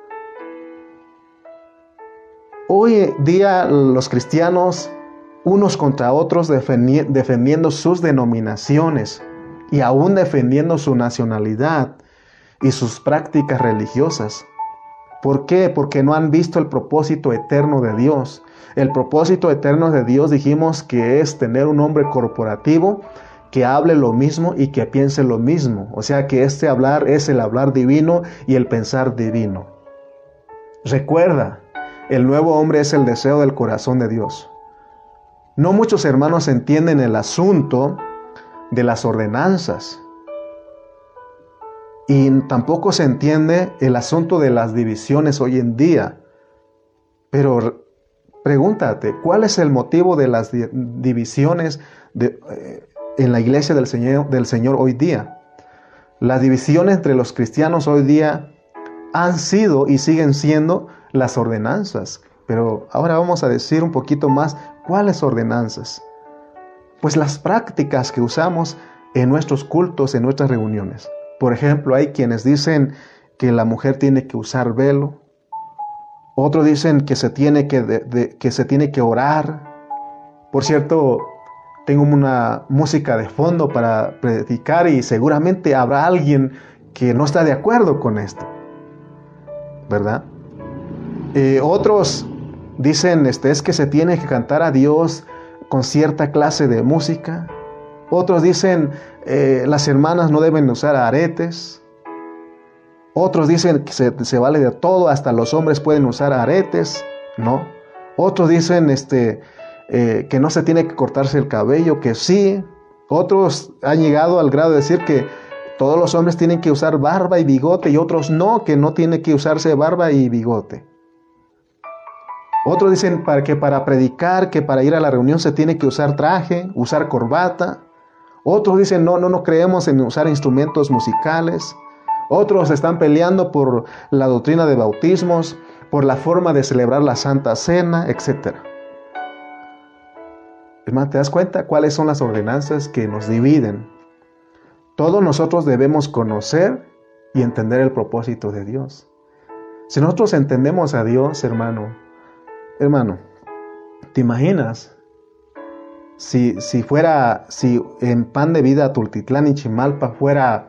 [SPEAKER 1] Hoy día los cristianos, unos contra otros, defendiendo sus denominaciones y aún defendiendo su nacionalidad y sus prácticas religiosas. ¿Por qué? Porque no han visto el propósito eterno de Dios. El propósito eterno de Dios, dijimos, que es tener un hombre corporativo que hable lo mismo y que piense lo mismo. O sea que este hablar es el hablar divino y el pensar divino. Recuerda, el nuevo hombre es el deseo del corazón de Dios. No muchos hermanos entienden el asunto de las ordenanzas. Y tampoco se entiende el asunto de las divisiones hoy en día. Pero pregúntate, ¿cuál es el motivo de las divisiones en la iglesia del Señor hoy día? Las divisiones entre los cristianos hoy día han sido y siguen siendo las ordenanzas. Pero ahora vamos a decir un poquito más, ¿cuáles ordenanzas? pues las prácticas que usamos en nuestros cultos, en nuestras reuniones. Por ejemplo, hay quienes dicen que la mujer tiene que usar velo. Otros dicen que se tiene que orar. Por cierto, tengo una música de fondo para predicar y seguramente habrá alguien que no está de acuerdo con esto, ¿verdad? Otros dicen es que se tiene que cantar a Dios con cierta clase de música. Otros dicen las hermanas no deben usar aretes. Otros dicen que se vale de todo, hasta los hombres pueden usar aretes, ¿no? Otros dicen que no se tiene que cortarse el cabello, que sí. Otros han llegado al grado de decir que todos los hombres tienen que usar barba y bigote, y otros no, que no tiene que usarse barba y bigote. Otros dicen que para predicar, que para ir a la reunión se tiene que usar traje, usar corbata. Otros dicen no creemos en usar instrumentos musicales. Otros están peleando por la doctrina de bautismos, por la forma de celebrar la Santa Cena, etc. Hermano, ¿te das cuenta cuáles son las ordenanzas que nos dividen? Todos nosotros debemos conocer y entender el propósito de Dios. Si nosotros entendemos a Dios, hermano, ¿te imaginas si en Pan de Vida Tultitlán y Chimalpa fuera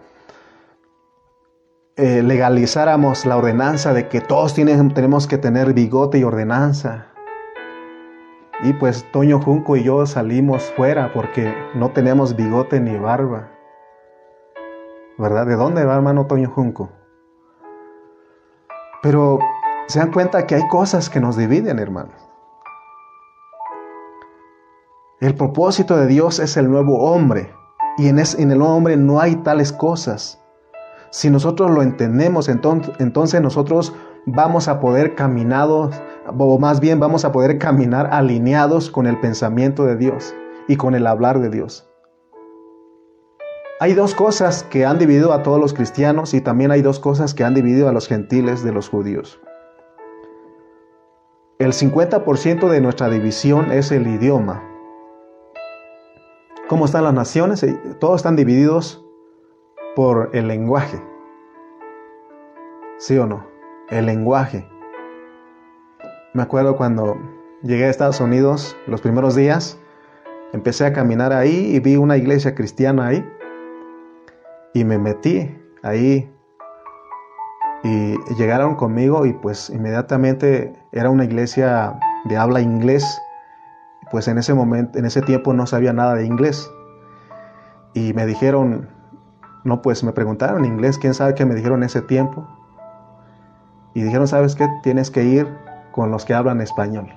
[SPEAKER 1] legalizáramos la ordenanza de que todos tenemos que tener bigote y ordenanza? Y pues Toño Junco y yo salimos fuera porque no tenemos bigote ni barba, ¿verdad? ¿De dónde va, hermano Toño Junco? Pero se dan cuenta que hay cosas que nos dividen, hermanos. El propósito de Dios es el nuevo hombre, y en el nuevo hombre no hay tales cosas. Si nosotros lo entendemos, entonces nosotros vamos a poder caminar alineados con el pensamiento de Dios y con el hablar de Dios. Hay dos cosas que han dividido a todos los cristianos, y también hay dos cosas que han dividido a los gentiles de los judíos. El 50% de nuestra división es el idioma. ¿Cómo están las naciones? Todos están divididos por el lenguaje. ¿Sí o no? El lenguaje. Me acuerdo cuando llegué a Estados Unidos, los primeros días, empecé a caminar ahí y vi una iglesia cristiana ahí. Y me metí ahí. Y llegaron conmigo y pues inmediatamente era una iglesia de habla inglés. Pues en ese tiempo no sabía nada de inglés. Y me dijeron, me preguntaron en inglés, quién sabe qué me dijeron en ese tiempo. Y dijeron, ¿sabes qué? Tienes que ir con los que hablan español.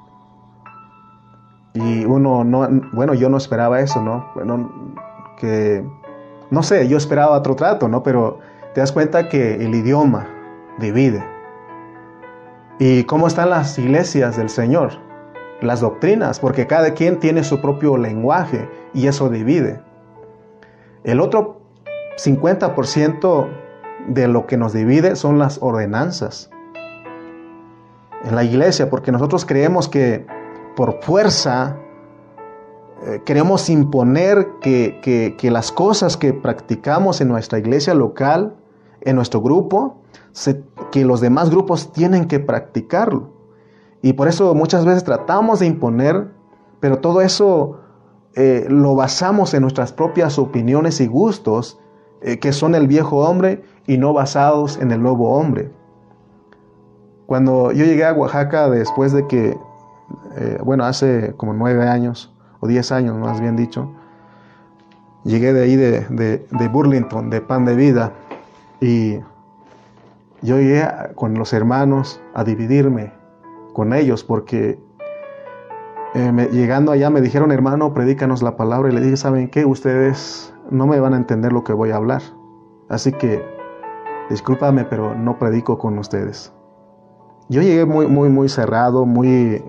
[SPEAKER 1] Y yo no esperaba eso, ¿no? No sé, yo esperaba otro trato, ¿no? Pero te das cuenta que el idioma divide. ¿Y cómo están las iglesias del Señor? Las doctrinas, porque cada quien tiene su propio lenguaje y eso divide. El otro 50% de lo que nos divide son las ordenanzas en la iglesia, porque nosotros creemos que por fuerza queremos imponer que las cosas que practicamos en nuestra iglesia local, en nuestro grupo, que los demás grupos tienen que practicarlo. Y por eso muchas veces tratamos de imponer, pero todo eso lo basamos en nuestras propias opiniones y gustos, que son el viejo hombre y no basados en el nuevo hombre. Cuando yo llegué a Oaxaca después de que, hace como 9 años, o 10 años más bien dicho, llegué de ahí de Burlington, de Pan de Vida, y yo llegué con los hermanos a dividirme con ellos, porque llegando allá me dijeron, hermano, predícanos la palabra, y le dije, ¿saben qué? Ustedes no me van a entender lo que voy a hablar, así que discúlpame, pero no predico con ustedes. Yo llegué muy cerrado, muy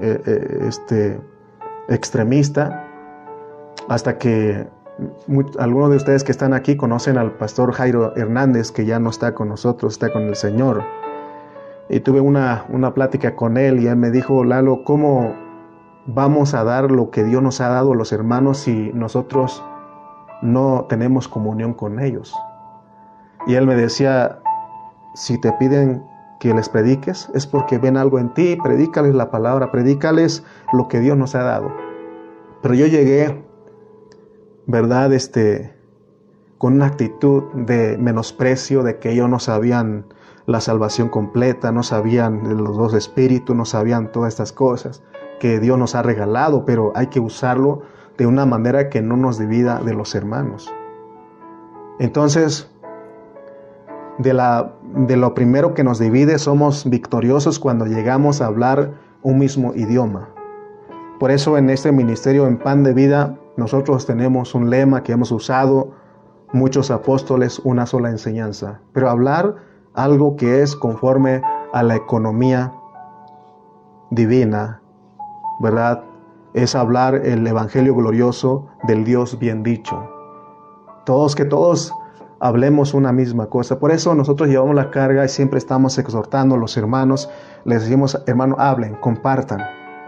[SPEAKER 1] extremista, hasta que algunos de ustedes que están aquí conocen al pastor Jairo Hernández, que ya no está con nosotros, está con el Señor. Y tuve una plática con él y él me dijo, Lalo, ¿cómo vamos a dar lo que Dios nos ha dado a los hermanos si nosotros no tenemos comunión con ellos? Y él me decía, si te piden que les prediques, es porque ven algo en ti, predícales la palabra, predícales lo que Dios nos ha dado. Pero yo llegué, ¿verdad? Con una actitud de menosprecio, de que ellos no sabían la salvación completa, no sabían de los dos espíritus, no sabían todas estas cosas que Dios nos ha regalado, pero hay que usarlo de una manera que no nos divida de los hermanos. Entonces, de lo primero que nos divide, somos victoriosos cuando llegamos a hablar un mismo idioma. Por eso en este ministerio en Pan de Vida, nosotros tenemos un lema que hemos usado muchos apóstoles, una sola enseñanza. Pero hablar algo que es conforme a la economía divina, ¿verdad? Es hablar el evangelio glorioso del Dios bien dicho. Que todos hablemos una misma cosa. Por eso nosotros llevamos la carga y siempre estamos exhortando a los hermanos. Les decimos, hermano, hablen, compartan.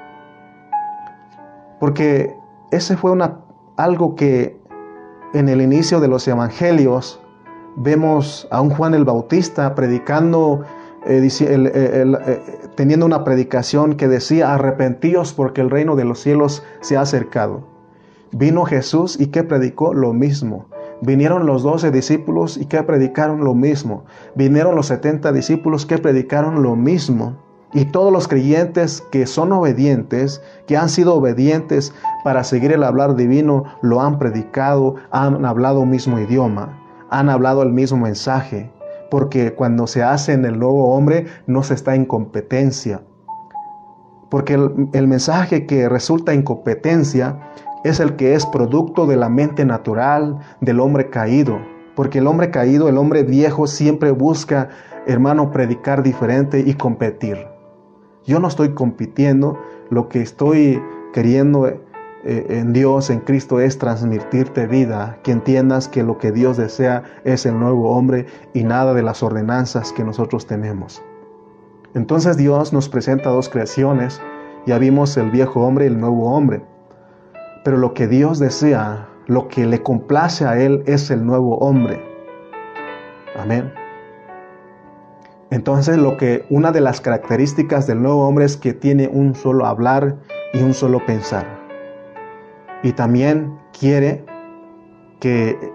[SPEAKER 1] Porque ese fue algo que en el inicio de los evangelios vemos a un Juan el Bautista predicando, teniendo una predicación que decía, arrepentíos porque el reino de los cielos se ha acercado. Vino Jesús y ¿qué predicó? Lo mismo. Vinieron los 12 discípulos y ¿qué predicaron? Lo mismo. Vinieron los 70 discípulos que predicaron lo mismo. Y todos los creyentes que son obedientes, que han sido obedientes para seguir el hablar divino, lo han predicado, han hablado un mismo idioma, han hablado el mismo mensaje. Porque cuando se hace en el nuevo hombre, no se está en competencia. Porque el mensaje que resulta en competencia es el que es producto de la mente natural del hombre caído. Porque el hombre caído, el hombre viejo, siempre busca, hermano, predicar diferente y competir. Yo no estoy compitiendo, lo que estoy queriendo en Dios, en Cristo, es transmitirte vida, que entiendas que lo que Dios desea es el nuevo hombre y nada de las ordenanzas que nosotros tenemos. Entonces Dios nos presenta dos creaciones, ya vimos el viejo hombre y el nuevo hombre, pero lo que Dios desea, lo que le complace a Él es el nuevo hombre. Amén. Entonces una de las características del nuevo hombre es que tiene un solo hablar y un solo pensar. Y también quiere que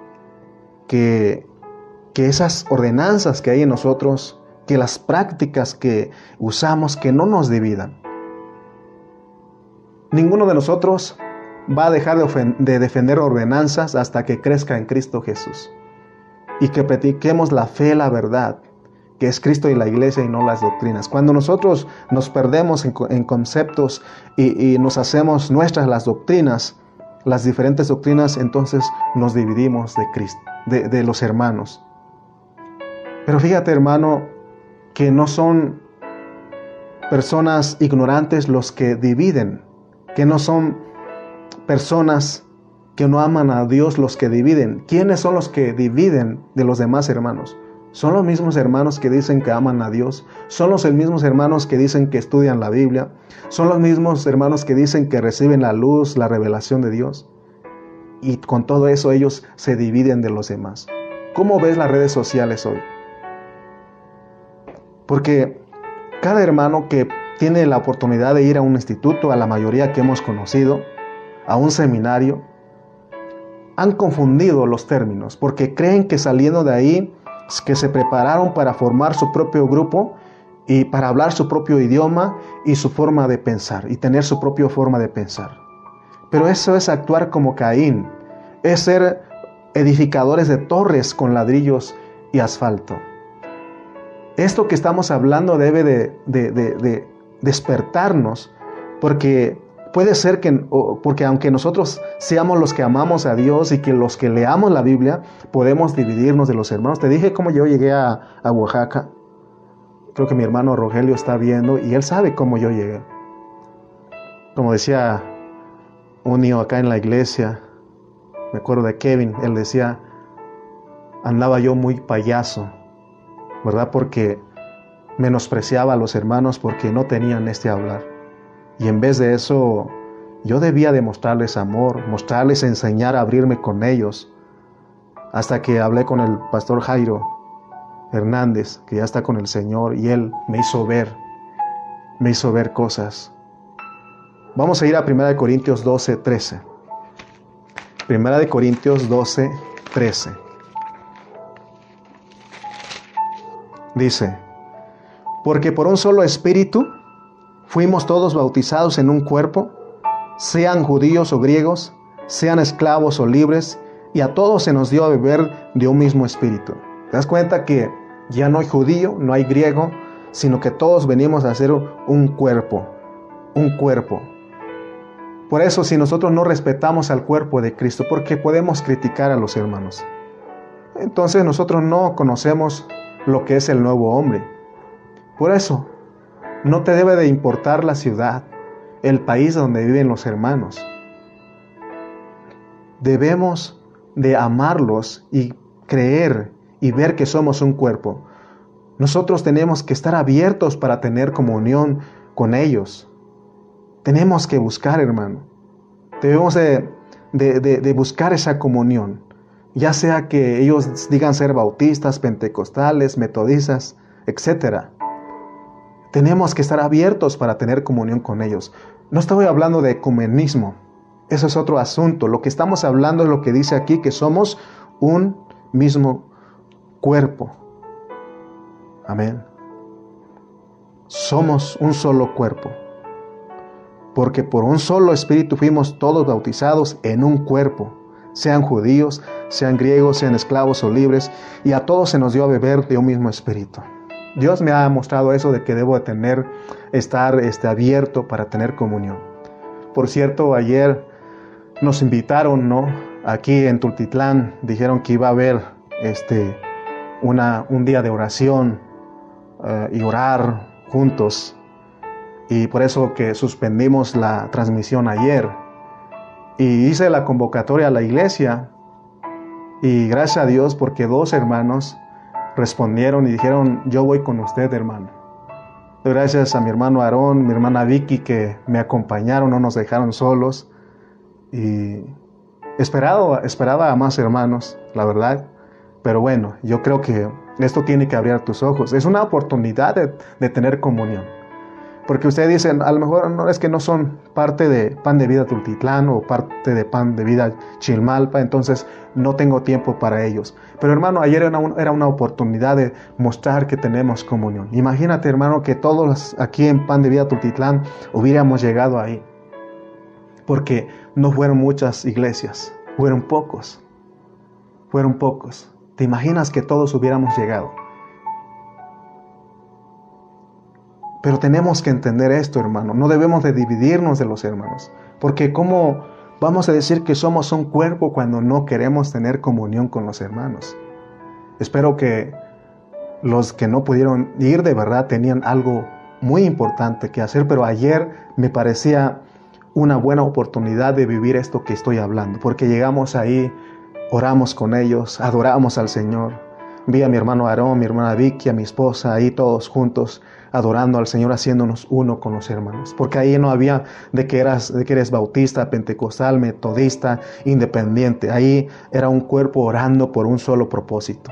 [SPEAKER 1] esas ordenanzas que hay en nosotros, que las prácticas que usamos, que no nos dividan. Ninguno de nosotros va a dejar de defender ordenanzas hasta que crezca en Cristo Jesús. Y que practiquemos la fe, la verdad, que es Cristo y la iglesia y no las doctrinas. Cuando nosotros nos perdemos en conceptos y nos hacemos nuestras las doctrinas, las diferentes doctrinas, entonces nos dividimos de Cristo, de los hermanos. Pero fíjate, hermano, que no son personas ignorantes los que dividen, que no son personas que no aman a Dios los que dividen. ¿Quiénes son los que dividen de los demás hermanos? Son los mismos hermanos que dicen que aman a Dios. Son los mismos hermanos que dicen que estudian la Biblia. Son los mismos hermanos que dicen que reciben la luz, la revelación de Dios. Y con todo eso ellos se dividen de los demás. ¿Cómo ves las redes sociales hoy? Porque cada hermano que tiene la oportunidad de ir a un instituto, a la mayoría que hemos conocido, a un seminario, han confundido los términos porque creen que saliendo de ahí, que se prepararon para formar su propio grupo y para hablar su propio idioma y su forma de pensar y tener su propia forma de pensar. Pero eso es actuar como Caín, es ser edificadores de torres con ladrillos y asfalto. Esto que estamos hablando debe de despertarnos, porque puede ser porque aunque nosotros seamos los que amamos a Dios y que los que leamos la Biblia, podemos dividirnos de los hermanos. Te dije cómo yo llegué a Oaxaca. Creo que mi hermano Rogelio está viendo y él sabe cómo yo llegué. Como decía un niño acá en la iglesia, me acuerdo de Kevin, él decía, andaba yo muy payaso, ¿verdad? Porque menospreciaba a los hermanos porque no tenían este hablar. Y en vez de eso, Yo debía de mostrarles amor, mostrarles, enseñar a abrirme con ellos. Hasta que hablé con el pastor Jairo Hernández, que ya está con el Señor, y él me hizo ver cosas. Vamos a ir a 1 Corintios 12, 13. 1 Corintios 12, 13. Dice: porque por un solo espíritu fuimos todos bautizados en un cuerpo, sean judíos o griegos, sean esclavos o libres, y a todos se nos dio a beber de un mismo espíritu. ¿Te das cuenta que ya no hay judío, no hay griego, sino que todos venimos a ser un cuerpo? Un cuerpo. Por eso, si nosotros no respetamos al cuerpo de Cristo, porque podemos criticar a los hermanos, entonces nosotros no conocemos lo que es el nuevo hombre. Por eso, no te debe de importar la ciudad, el país donde viven los hermanos. Debemos de amarlos y creer y ver que somos un cuerpo. Nosotros tenemos que estar abiertos para tener comunión con ellos. Tenemos que buscar, hermano. Debemos de buscar esa comunión. Ya sea que ellos digan ser bautistas, pentecostales, metodistas, etc. Tenemos que estar abiertos para tener comunión con ellos. No estoy hablando de ecumenismo. Eso es otro asunto. Lo que estamos hablando es lo que dice aquí, que somos un mismo cuerpo. Amén. Somos un solo cuerpo. Porque por un solo espíritu fuimos todos bautizados en un cuerpo, sean judíos, sean griegos, sean esclavos o libres, y a todos se nos dio a beber de un mismo espíritu. Dios me ha mostrado eso de que debo de estar abierto para tener comunión. Por cierto, ayer nos invitaron, ¿no? Aquí en Tultitlán dijeron que iba a haber un día de oración y orar juntos. Y por eso que suspendimos la transmisión ayer. Y hice la convocatoria a la iglesia. Y gracias a Dios, porque 2 hermanos respondieron y dijeron: yo voy con usted, hermano. Gracias a mi hermano Aarón, mi hermana Vicky, que me acompañaron, no nos dejaron solos. Y esperaba a más hermanos, la verdad. Pero bueno, yo creo que esto tiene que abrir tus ojos. Es una oportunidad de tener comunión. Porque ustedes dicen, a lo mejor no es que no son parte de Pan de Vida Tultitlán o parte de Pan de Vida Chilmalpa, entonces no tengo tiempo para ellos. Pero hermano, ayer era una oportunidad de mostrar que tenemos comunión. Imagínate, hermano, que todos aquí en Pan de Vida Tultitlán hubiéramos llegado ahí. Porque no fueron muchas iglesias, fueron pocos. Fueron pocos. ¿Te imaginas que todos hubiéramos llegado? Pero tenemos que entender esto, hermano. No debemos de dividirnos de los hermanos. Porque ¿cómo vamos a decir que somos un cuerpo cuando no queremos tener comunión con los hermanos? Espero que los que no pudieron ir de verdad tenían algo muy importante que hacer. Pero ayer me parecía una buena oportunidad de vivir esto que estoy hablando. Porque llegamos ahí, oramos con ellos, adoramos al Señor. Vi a mi hermano Aarón, mi hermana Vicky, a mi esposa, ahí todos juntos, adorando al Señor, haciéndonos uno con los hermanos. Porque ahí no había de que eres bautista, pentecostal, metodista, independiente. Ahí era un cuerpo orando por un solo propósito.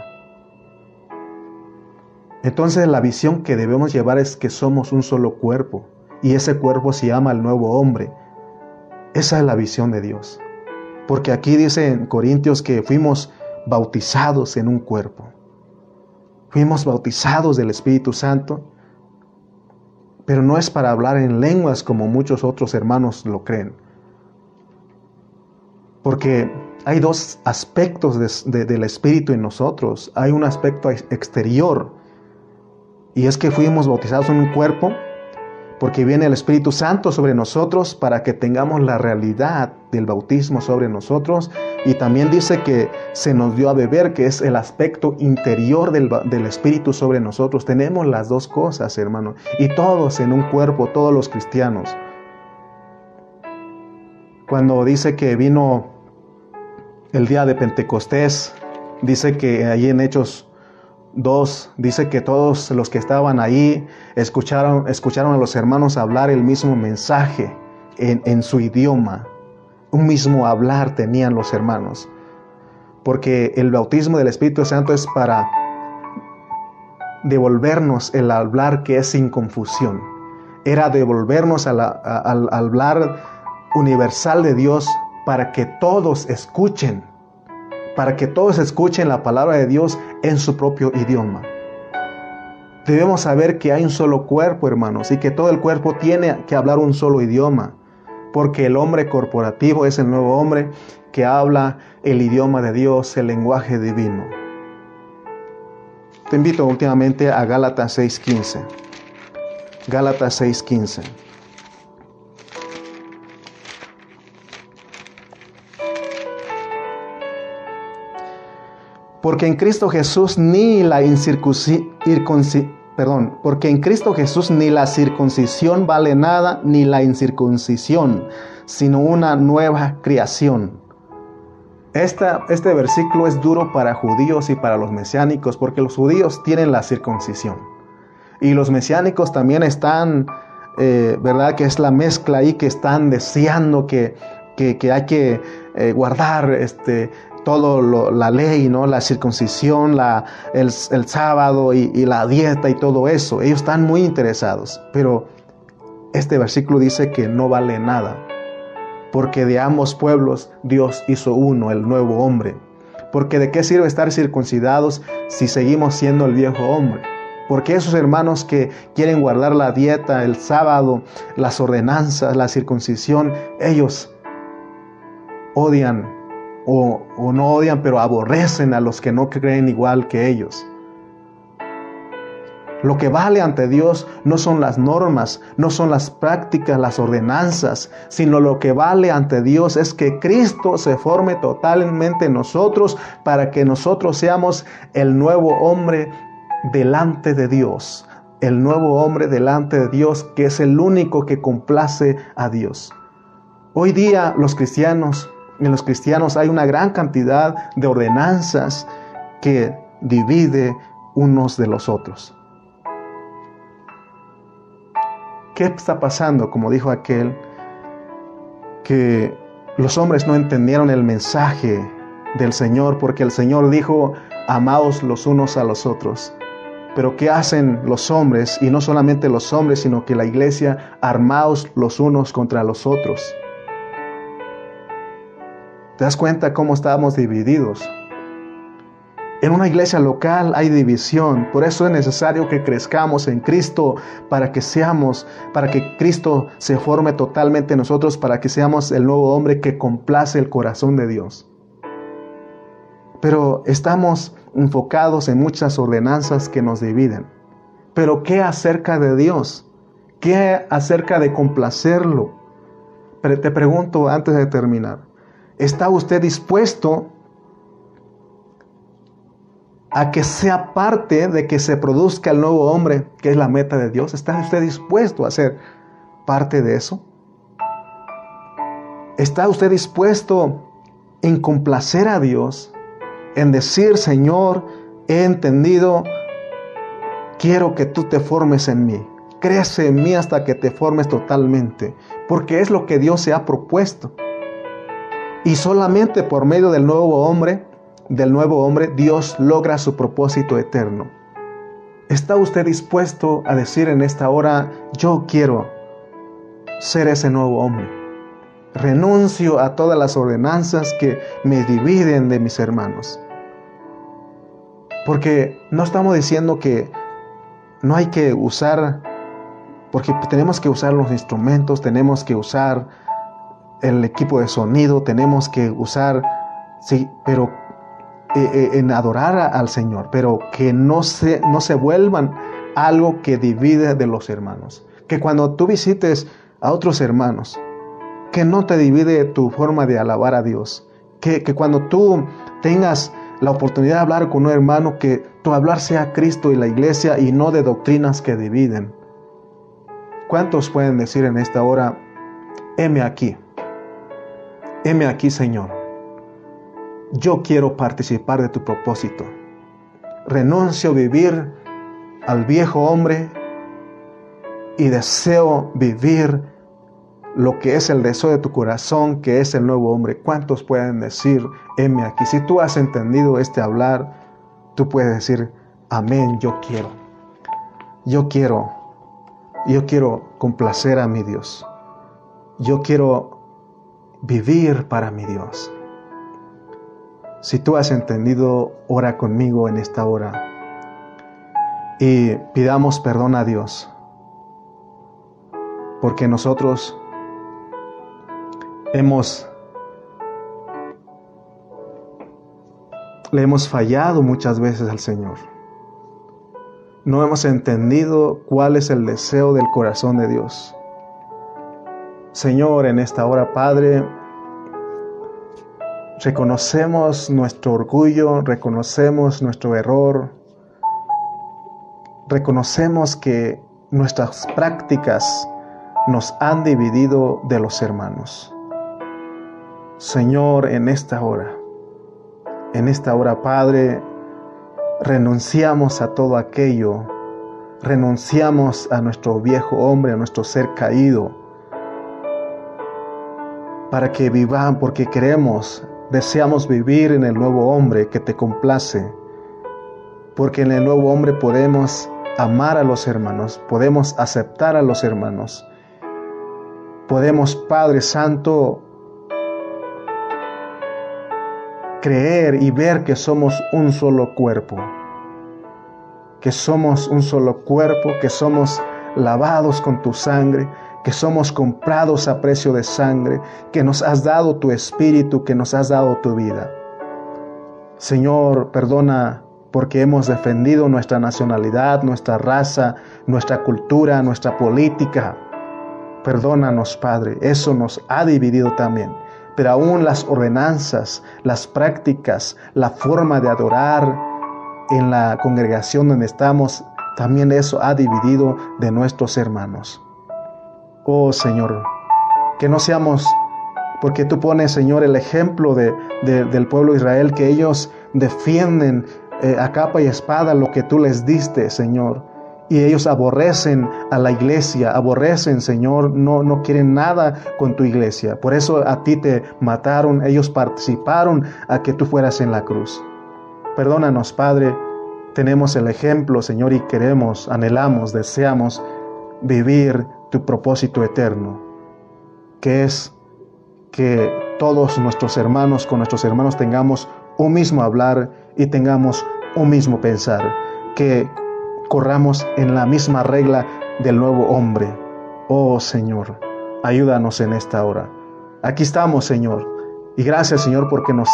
[SPEAKER 1] Entonces la visión que debemos llevar es que somos un solo cuerpo. Y ese cuerpo se llama el nuevo hombre. Esa es la visión de Dios. Porque aquí dice en Corintios que fuimos bautizados en un cuerpo. Fuimos bautizados del Espíritu Santo. Pero no es para hablar en lenguas como muchos otros hermanos lo creen. Porque hay 2 aspectos del Espíritu en nosotros. Hay un aspecto exterior. Y es que fuimos bautizados en un cuerpo porque viene el Espíritu Santo sobre nosotros para que tengamos la realidad del bautismo sobre nosotros. Y también dice que se nos dio a beber, que es el aspecto interior del Espíritu sobre nosotros. Tenemos las 2 cosas, hermano. Y todos en un cuerpo, todos los cristianos. Cuando dice que vino el día de Pentecostés, dice que allí en Hechos 2, dice que todos los que estaban ahí escucharon a los hermanos hablar el mismo mensaje en su idioma. Un mismo hablar tenían los hermanos. Porque el bautismo del Espíritu Santo es para devolvernos el hablar que es sin confusión. Era devolvernos al hablar universal de Dios para que todos escuchen. Para que todos escuchen la palabra de Dios en su propio idioma. Debemos saber que hay un solo cuerpo, hermanos, y que todo el cuerpo tiene que hablar un solo idioma, porque el hombre corporativo es el nuevo hombre que habla el idioma de Dios, el lenguaje divino. Te invito últimamente a Gálatas 6:15. Gálatas 6:15. Porque en Cristo Jesús porque en Cristo Jesús ni la circuncisión vale nada, ni la incircuncisión, sino una nueva creación. Este versículo es duro para judíos y para los mesiánicos, porque los judíos tienen la circuncisión. Y los mesiánicos también están, ¿verdad? Que es la mezcla ahí, que están deseando que hay que guardar todo la ley, ¿no? La circuncisión, el sábado y la dieta y todo eso. Ellos están muy interesados. Pero este versículo dice que no vale nada. Porque de ambos pueblos Dios hizo uno, el nuevo hombre. Porque ¿de qué sirve estar circuncidados si seguimos siendo el viejo hombre? Porque esos hermanos que quieren guardar la dieta, el sábado, las ordenanzas, la circuncisión, ellos odian o no odian, pero aborrecen a los que no creen igual que ellos. Lo que vale ante Dios no son las normas, no son las prácticas, las ordenanzas, sino lo que vale ante Dios es que Cristo se forme totalmente en nosotros para que nosotros seamos el nuevo hombre delante de Dios. El nuevo hombre delante de Dios, que es el único que complace a Dios. Hoy día en los cristianos hay una gran cantidad de ordenanzas que divide unos de los otros. ¿Qué está pasando? Como dijo aquel, que los hombres no entendieron el mensaje del Señor, porque el Señor dijo, amaos los unos a los otros. Pero ¿qué hacen los hombres? Y no solamente los hombres, sino que la iglesia, armaos los unos contra los otros. ¿Te das cuenta cómo estábamos divididos? En una iglesia local hay división, por eso es necesario que crezcamos en Cristo para que Cristo se forme totalmente en nosotros, para que seamos el nuevo hombre que complace el corazón de Dios. Pero estamos enfocados en muchas ordenanzas que nos dividen. Pero ¿qué acerca de Dios? ¿Qué acerca de complacerlo? Pero te pregunto antes de terminar, ¿está usted dispuesto a que sea parte de que se produzca el nuevo hombre, que es la meta de Dios? ¿Está usted dispuesto a ser parte de eso? ¿Está usted dispuesto en complacer a Dios, en decir, Señor, he entendido, quiero que tú te formes en mí, crece en mí hasta que te formes totalmente, porque es lo que Dios se ha propuesto? Y solamente por medio del nuevo hombre, Dios logra su propósito eterno. ¿Está usted dispuesto a decir en esta hora, yo quiero ser ese nuevo hombre? Renuncio a todas las ordenanzas que me dividen de mis hermanos. Porque no estamos diciendo que no hay que usar, porque tenemos que usar los instrumentos, tenemos que usar el equipo de sonido, tenemos que usar, sí, pero en adorar al Señor, pero que no se vuelvan algo que divide de los hermanos. Que cuando tú visites a otros hermanos, que no te divide tu forma de alabar a Dios. Que cuando tú tengas la oportunidad de hablar con un hermano, que tu hablar sea Cristo y la iglesia y no de doctrinas que dividen. ¿Cuántos pueden decir en esta hora, heme aquí, Señor? Yo quiero participar de tu propósito. Renuncio a vivir al viejo hombre y deseo vivir lo que es el deseo de tu corazón, que es el nuevo hombre. ¿Cuántos pueden decir, heme aquí? Si tú has entendido este hablar, tú puedes decir, amén, yo quiero complacer a mi Dios. Yo quiero vivir para mi Dios. Si tú has entendido, ora conmigo en esta hora y pidamos perdón a Dios, porque nosotros le hemos fallado muchas veces al Señor. No hemos entendido cuál es el deseo del corazón de Dios. Señor, en esta hora, Padre, reconocemos nuestro orgullo, reconocemos nuestro error, reconocemos que nuestras prácticas nos han dividido de los hermanos. Señor, en esta hora, Padre, renunciamos a todo aquello, renunciamos a nuestro viejo hombre, a nuestro ser caído, para que vivan, porque deseamos vivir en el nuevo hombre que te complace, porque en el nuevo hombre podemos amar a los hermanos, podemos aceptar a los hermanos, podemos, Padre Santo, creer y ver que somos un solo cuerpo, que somos lavados con tu sangre, que somos comprados a precio de sangre, que nos has dado tu espíritu, que nos has dado tu vida. Señor, perdona porque hemos defendido nuestra nacionalidad, nuestra raza, nuestra cultura, nuestra política. Perdónanos, Padre, eso nos ha dividido también. Pero aún las ordenanzas, las prácticas, la forma de adorar en la congregación donde estamos, también eso ha dividido de nuestros hermanos. Oh Señor, que no seamos, porque tú pones, Señor, el ejemplo del pueblo de Israel, que ellos defienden a capa y espada lo que tú les diste, Señor. Y ellos aborrecen a la iglesia, aborrecen, Señor, no quieren nada con tu iglesia. Por eso a ti te mataron, ellos participaron a que tú fueras en la cruz. Perdónanos, Padre, tenemos el ejemplo, Señor, y queremos, anhelamos, deseamos vivir tu propósito eterno, que es que todos nuestros hermanos, con nuestros hermanos tengamos un mismo hablar y tengamos un mismo pensar, que corramos en la misma regla del nuevo hombre. Oh Señor, ayúdanos en esta hora. Aquí estamos, Señor, y gracias, Señor, porque nos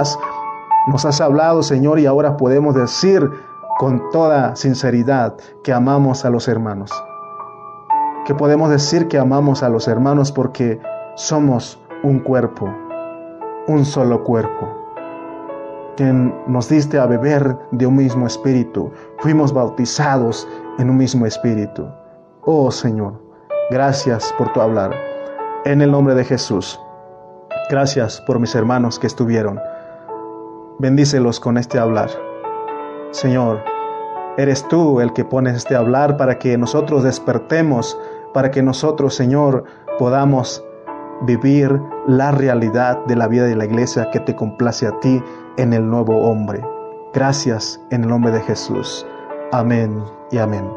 [SPEAKER 1] has hablado, Señor, y ahora podemos decir con toda sinceridad que amamos a los hermanos, que podemos decir que amamos a los hermanos porque somos un cuerpo, un solo cuerpo, que nos diste a beber de un mismo espíritu, fuimos bautizados en un mismo espíritu. Oh Señor, gracias por tu hablar, en el nombre de Jesús. Gracias por mis hermanos que estuvieron. Bendícelos con este hablar. Señor, eres tú el que pones este hablar para que nosotros despertemos, para que nosotros, Señor, podamos vivir la realidad de la vida de la iglesia que te complace a ti en el nuevo hombre. Gracias en el nombre de Jesús. Amén y amén.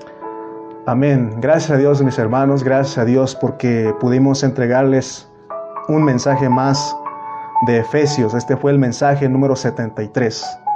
[SPEAKER 1] Amén. Gracias a Dios, mis hermanos. Gracias a Dios porque pudimos entregarles un mensaje más de Efesios. Este fue el mensaje número 73.